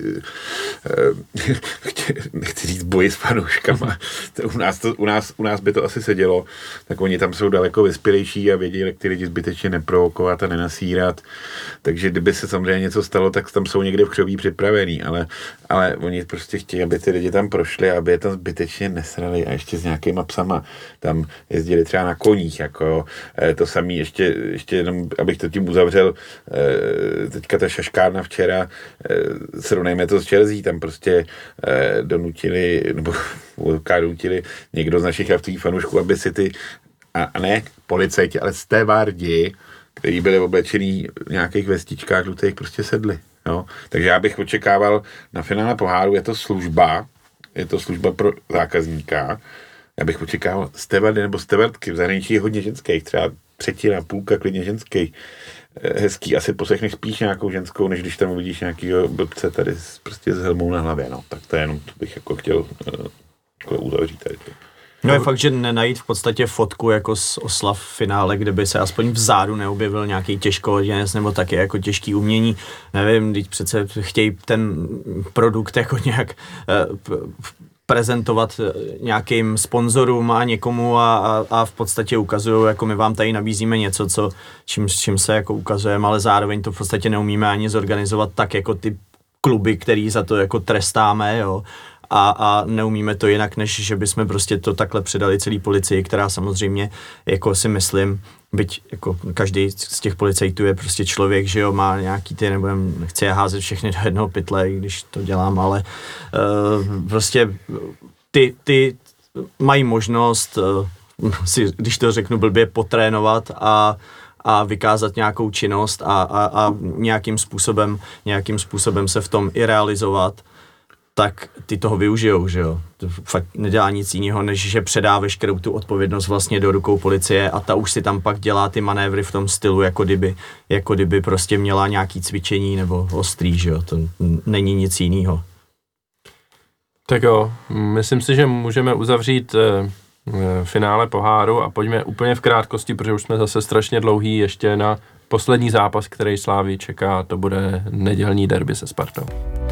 S4: e, nechci říct boji s fanouškama, u nás, to, u, nás, u nás by to asi sedělo, tak oni tam jsou daleko vyspělejší a vědí, jak ty lidi zbytečně neprovokovat a nenasírat. Takže kdyby se samozřejmě něco stalo, tak tam jsou někde v křoví připravený, ale, ale oni prostě chtějí, aby ty lidi tam prošli, aby je tam zbytečně nesrali a ještě s nějakýma psama tam jezdili třeba na koních, jako e, to samý, ještě, ještě jenom, abych to tím uzavřel, e, teďka ta šaškárna včera, e, srovnejme to s Chelsea, tam prostě e, donutili, nebo donutili někdo z našich aktivních fanoušků, aby si ty, a, a ne policajti, ale stévardi, kteří byli oblečený v nějakých vestičkách, lutých, prostě sedli. Jo? Takže já bych očekával na finále poháru, je to služba, je to služba pro zákazníka. Já bych očekával stevardy nebo stevardky, v zahraničí je hodně ženských, třeba třetina, půlka klidně ženský. Hezký, asi poslechneš spíš nějakou ženskou, než když tam uvidíš nějakýho blbce tady prostě s helmou na hlavě, no. Tak to je jenom, to bych jako chtěl uh, uzavřít tady to.
S2: No je fakt, že nenajít v podstatě fotku jako z oslav v finále, kde by se aspoň vzadu neobjevil nějaký těžkohoděnec nebo taky jako těžký umění. Nevím, teď přece chtějí ten produkt jako nějak uh, p- prezentovat nějakým sponzorům a někomu a, a, a v podstatě ukazují, jako my vám tady nabízíme něco, co, čím, čím se jako ukazujeme, ale zároveň to v podstatě neumíme ani zorganizovat tak jako ty kluby, který za to jako trestáme, jo. A, a neumíme to jinak, než že bychom prostě to takhle předali celý policii, která samozřejmě, jako si myslím, byť jako každý z těch policajtů je prostě člověk, že jo, má nějaký ty, nebudem, nechci je házet všechny do jednoho pytle, když to dělám, ale uh, prostě ty, ty mají možnost si, když to řeknu blbě, potrénovat a, a vykázat nějakou činnost a, a, a nějakým způsobem, nějakým způsobem se v tom i realizovat, tak ty toho využijou, že jo. To fakt nedělá nic jiného, než že předá veškerou tu odpovědnost vlastně do rukou policie a ta už si tam pak dělá ty manévry v tom stylu, jako kdyby, jako kdyby prostě měla nějaký cvičení nebo ostrý, že jo. To není nic jiného.
S1: Tak jo, myslím si, že můžeme uzavřít e, e, finále poháru a pojďme úplně v krátkosti, protože už jsme zase strašně dlouhý, ještě na poslední zápas, který Slávii čeká, to bude nedělní derby se Spartou.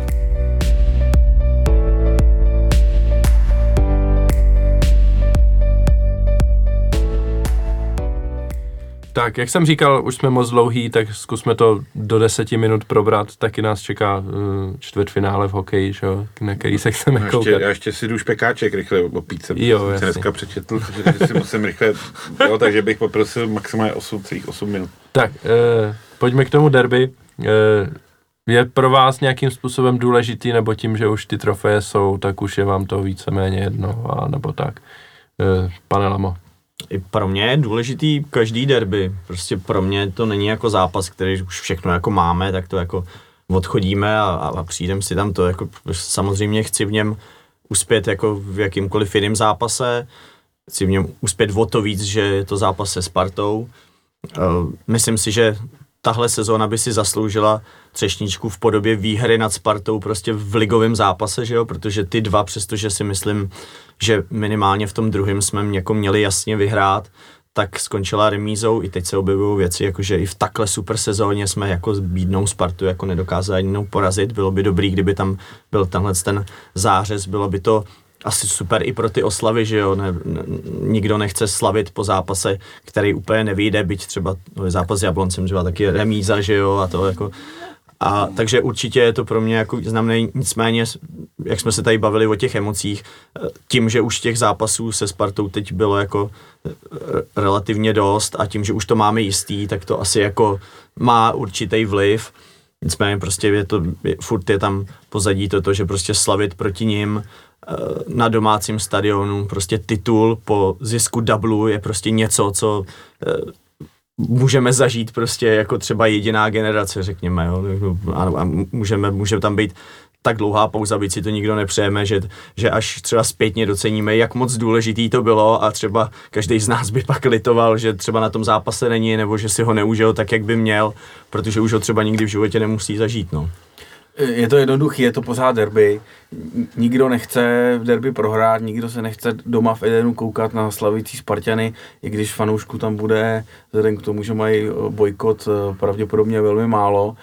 S1: Tak, jak jsem říkal, už jsme moc dlouhý, tak zkusme to do deseti minut probrat, taky nás čeká uh, čtvrtfinále v hokeji, že jo, na který se chceme
S4: ještě,
S1: koukat.
S4: Já ještě si jdu špekáček rychle opít, jsem,
S1: jo,
S4: jsem se dneska přečetl, že si musím rychle, jo, takže bych poprosil maximálně osm celá osm minut.
S1: Tak, uh, pojďme k tomu derby. Uh, je pro vás nějakým způsobem důležitý, nebo tím, že už ty trofeje jsou, tak už je vám to víceméně jedno, a nebo tak. Uh, pane Lamo.
S2: I pro mě je důležitý každý derby. Prostě pro mě to není jako zápas, který už všechno jako máme, tak to jako odchodíme a, a přijdem si tam to. Jako, samozřejmě chci v něm uspět jako v jakýmkoliv jiném zápase. Chci v něm uspět o to víc, že je to zápas se Spartou. Uh, myslím si, že tahle sezóna by si zasloužila třešničku v podobě výhry nad Spartou prostě v ligovém zápase, že jo, protože ty dva, přestože si myslím, že minimálně v tom druhém jsme jako měli jasně vyhrát, tak skončila remízou. I teď se objevují věci, jakože i v takhle super sezóně jsme jako bídnou Spartu jako nedokázali jinou porazit. Bylo by dobrý, kdyby tam byl tenhle ten zářez, bylo by to asi super i pro ty oslavy, že jo, ne, ne, nikdo nechce slavit po zápase, který úplně nevyjde, byť třeba zápas s Jabloncem, třeba taky remíza, že jo, a to jako, a takže určitě je to pro mě jako znamená, nicméně, jak jsme se tady bavili o těch emocích, tím, že už těch zápasů se Spartou teď bylo jako relativně dost a tím, že už to máme jistý, tak to asi jako má určitý vliv. Nicméně prostě je to, je, furt je tam pozadí toto, že prostě slavit proti nim na domácím stadionu, prostě titul po zisku dublu je prostě něco, co můžeme zažít prostě jako třeba jediná generace, řekněme, jo. A můžeme, může tam být tak dlouhá pauza, byť si to nikdo nepřejeme, že, že až třeba zpětně doceníme, jak moc důležitý to bylo a třeba každý z nás by pak litoval, že třeba na tom zápase není, nebo že si ho neužil tak, jak by měl, protože už ho třeba nikdy v životě nemusí zažít, no.
S3: Je to jednoduchý, je to pořád derby. Nikdo nechce v derby prohrát, nikdo se nechce doma v Edenu koukat na slavící Spartany, i když fanoušků tam bude, vzhledem k tomu, že mají bojkot pravděpodobně velmi málo,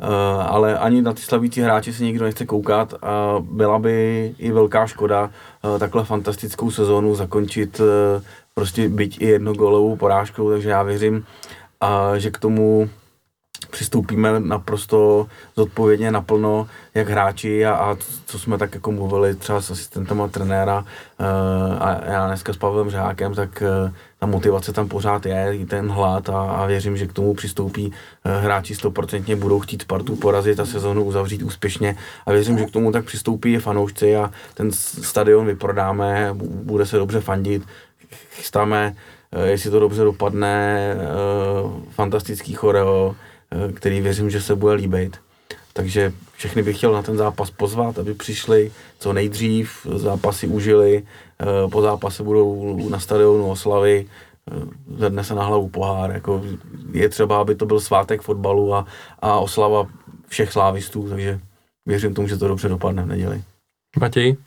S3: ale ani na ty slavící hráči se nikdo nechce koukat a byla by i velká škoda takhle fantastickou sezónu zakončit prostě byť i jednogólovou porážkou, takže já věřím, že k tomu přistoupíme naprosto zodpovědně naplno, jak hráči a, a co jsme tak jako mluvili třeba s asistentama trenéra uh, a já dneska s Pavlem Řehákem, tak uh, ta motivace tam pořád je, i ten hlad a, a věřím, že k tomu přistoupí uh, hráči stoprocentně budou chtít Spartu porazit a sezónu uzavřít úspěšně a věřím, že k tomu tak přistoupí i fanoušci a ten stadion vyprodáme, bude se dobře fandit, chystáme, uh, jestli to dobře dopadne, uh, fantastický choreo, který věřím, že se bude líbit. Takže všechny bych chtěl na ten zápas pozvat, aby přišli co nejdřív, zápasy užili, po zápase budou na stadionu oslavy, zvedne se na hlavu pohár. Jako je třeba, aby to byl svátek fotbalu a, a oslava všech slávistů, takže věřím tomu, že to dobře dopadne v neděli.
S1: Matěj?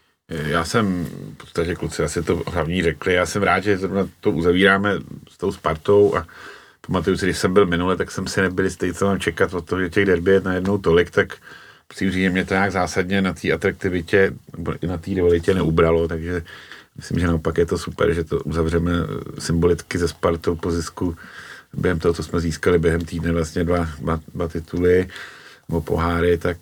S4: Já jsem, v podstatě kluci asi to hlavní řekli, já jsem rád, že zrovna to uzavíráme s tou Spartou a pamatuju si, když jsem byl minule, tak jsem si nebyl jistý, co mám čekat od toho, že těch derby je najednou tolik, tak musím říct, že mě to nějak zásadně na té atraktivitě, nebo i na té rivalitě neubralo, takže myslím, že naopak je to super, že to uzavřeme symbolicky ze Spartou po zisku během toho, co jsme získali během týdne vlastně dva, dva, dva tituly nebo poháry, tak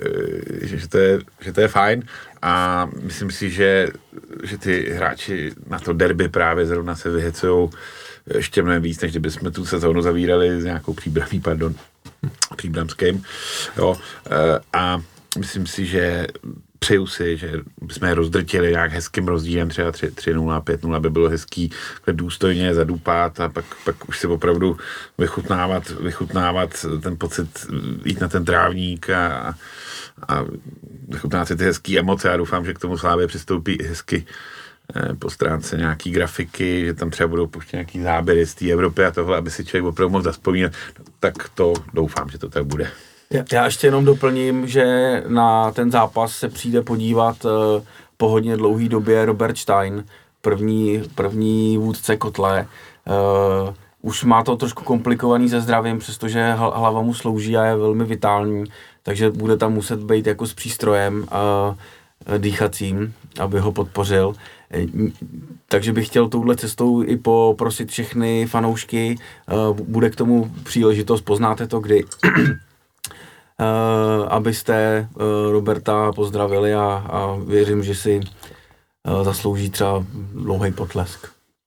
S4: že, že, to je, že to je fajn a myslím si, že, že ty hráči na to derby právě zrovna se vyhecujou ještě mnohem víc, než kdyby jsme tu sezónu zavírali s nějakou příbramí, pardon, příbramským, jo, a myslím si, že přeju si, že jsme je rozdrtili nějak hezkým rozdílem, třeba tři nula, pět nula, by bylo hezký důstojně zadupat a pak, pak už si opravdu vychutnávat, vychutnávat ten pocit, jít na ten trávník a, a vychutnávat si ty hezký emoce. Já doufám, že k tomu Slávě přistoupí hezky po stránce nějaký grafiky, že tam třeba budou pouštět nějaký záběry z té Evropy a tohle, aby si člověk opravdu mohl zavzpomínat, tak to doufám, že to tak bude.
S3: Já ještě jenom doplním, že na ten zápas se přijde podívat uh, po hodně dlouhý době Robert Stein, první, první vůdce Kotle. Uh, už má to trošku komplikovaný se zdravím, přestože hlava mu slouží a je velmi vitální, takže bude tam muset být jako s přístrojem uh, dýchacím, aby ho podpořil. Takže bych chtěl touhle cestou i poprosit všechny fanoušky, uh, bude k tomu příležitost, poznáte to kdy. Uh, abyste uh, Roberta pozdravili a, a věřím, že si uh, zaslouží třeba dlouhý potlesk.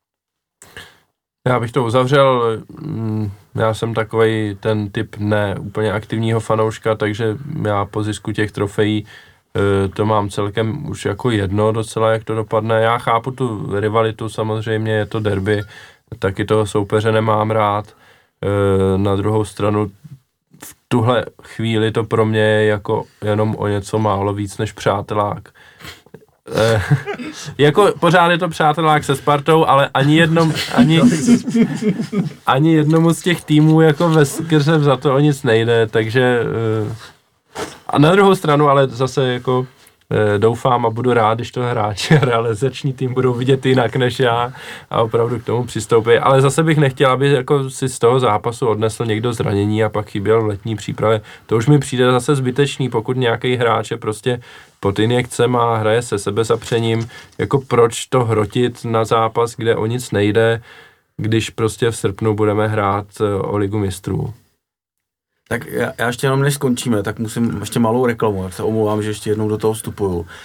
S1: Já bych to uzavřel, já jsem takovej ten typ ne úplně aktivního fanouška, takže já po zisku těch trofejí uh, to mám celkem už jako jedno docela, jak to dopadne. Já chápu tu rivalitu, samozřejmě je to derby, taky toho soupeře nemám rád. Uh, na druhou stranu v tuhle chvíli to pro mě je jako jenom o něco málo víc než přátelák. E, jako pořád je to přátelák se Spartou, ale ani jednom, ani, ani jednomu z těch týmů jako ve skrze za to o nic nejde, takže e, a na druhou stranu ale zase jako e, doufám a budu rád, když to hráči a realizační tým budou vidět jinak než já a opravdu k tomu přistoupí, ale zase bych nechtěl, aby jako si z toho zápasu odnesl někdo zranění a pak chyběl v letní přípravě. To už mi přijde zase zbytečný, pokud nějaký hráč je prostě pod injekcem a hraje se sebezapřením, jako proč to hrotit na zápas, kde o nic nejde, když prostě v srpnu budeme hrát o Ligu mistrů.
S3: Tak já, já ještě jenom než skončíme, tak musím ještě malou reklamu, jak se omlouvám, že ještě jednou do toho vstupuju. Uh,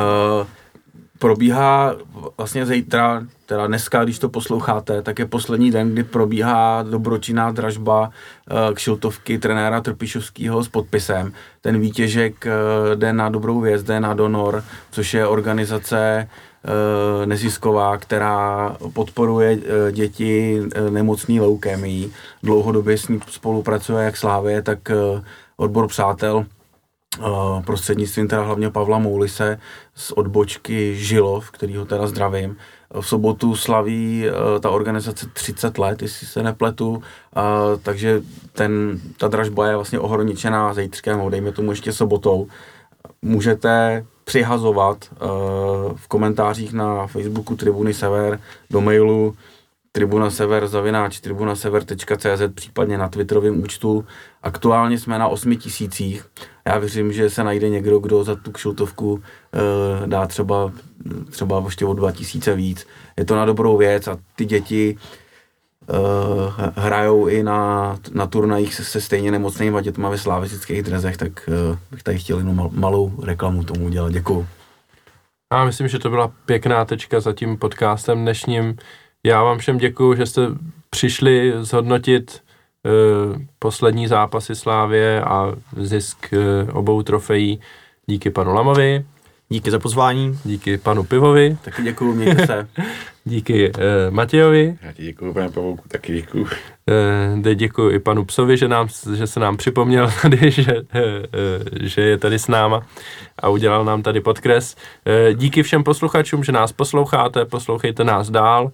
S3: probíhá vlastně zítra, teda dneska, když to posloucháte, tak je poslední den, kdy probíhá dobročinná dražba uh, kšiltovky trenéra Trpišovského s podpisem. Ten výtěžek uh, jde na dobrou věc, jde na Donor, což je organizace uh, nezisková, která podporuje uh, děti uh, nemocný leukémií. Dlouhodobě s ní spolupracuje jak Slávie, tak uh, odbor přátel uh, prostřednictvím teda hlavně Pavla Moulise z odbočky Žilov, kterýho teda zdravím. V sobotu slaví uh, ta organizace třicet let, jestli se nepletu, uh, takže ten, ta dražba je vlastně ohraničená zítřkem, dejme tomu ještě sobotou. Můžete přihazovat uh, v komentářích na Facebooku Tribuny Sever, do mailu tribunasever zavináč tribunasever tečka cé zet, případně na Twitterovém účtu. Aktuálně jsme na osmi tisících. Já věřím, že se najde někdo, kdo za tu kšiltovku uh, dá třeba, třeba ještě o dva tisíce víc. Je to na dobrou věc a ty děti uh, hrajou i na, na turnajích se, se stejně nemocnýma dětma ve slavistických drezech, tak uh, bych tady chtěl jenom mal, malou reklamu tomu udělat. Děkuju.
S1: Já myslím, že to byla pěkná tečka za tím podcastem dnešním. Já vám všem děkuju, že jste přišli zhodnotit uh, poslední zápasy Slávie a zisk uh, obou trofejí. Díky panu Lamovi.
S2: Díky za pozvání.
S1: Díky panu Pivovi.
S3: Taky děkuju, mějte se.
S1: Díky uh, Matějovi.
S4: Já ti děkuju, pane Pavouku, taky děkuju.
S1: Uh, děkuju i panu Psovi, že, nám, že se nám připomněl tady, že, uh, že je tady s náma a udělal nám tady podkres. Uh, díky všem posluchačům, že nás posloucháte, poslouchejte nás dál.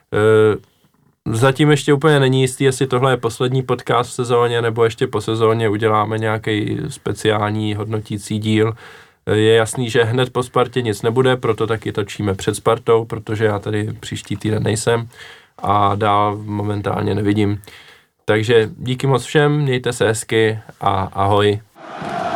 S1: Uh, zatím ještě úplně není jistý, jestli tohle je poslední podcast v sezóně, nebo ještě po sezóně uděláme nějaký speciální hodnotící díl. Uh, je jasný, že hned po Spartě nic nebude, proto taky točíme před Spartou, protože já tady příští týden nejsem a dál momentálně nevidím. Takže díky moc všem, mějte se hezky a ahoj.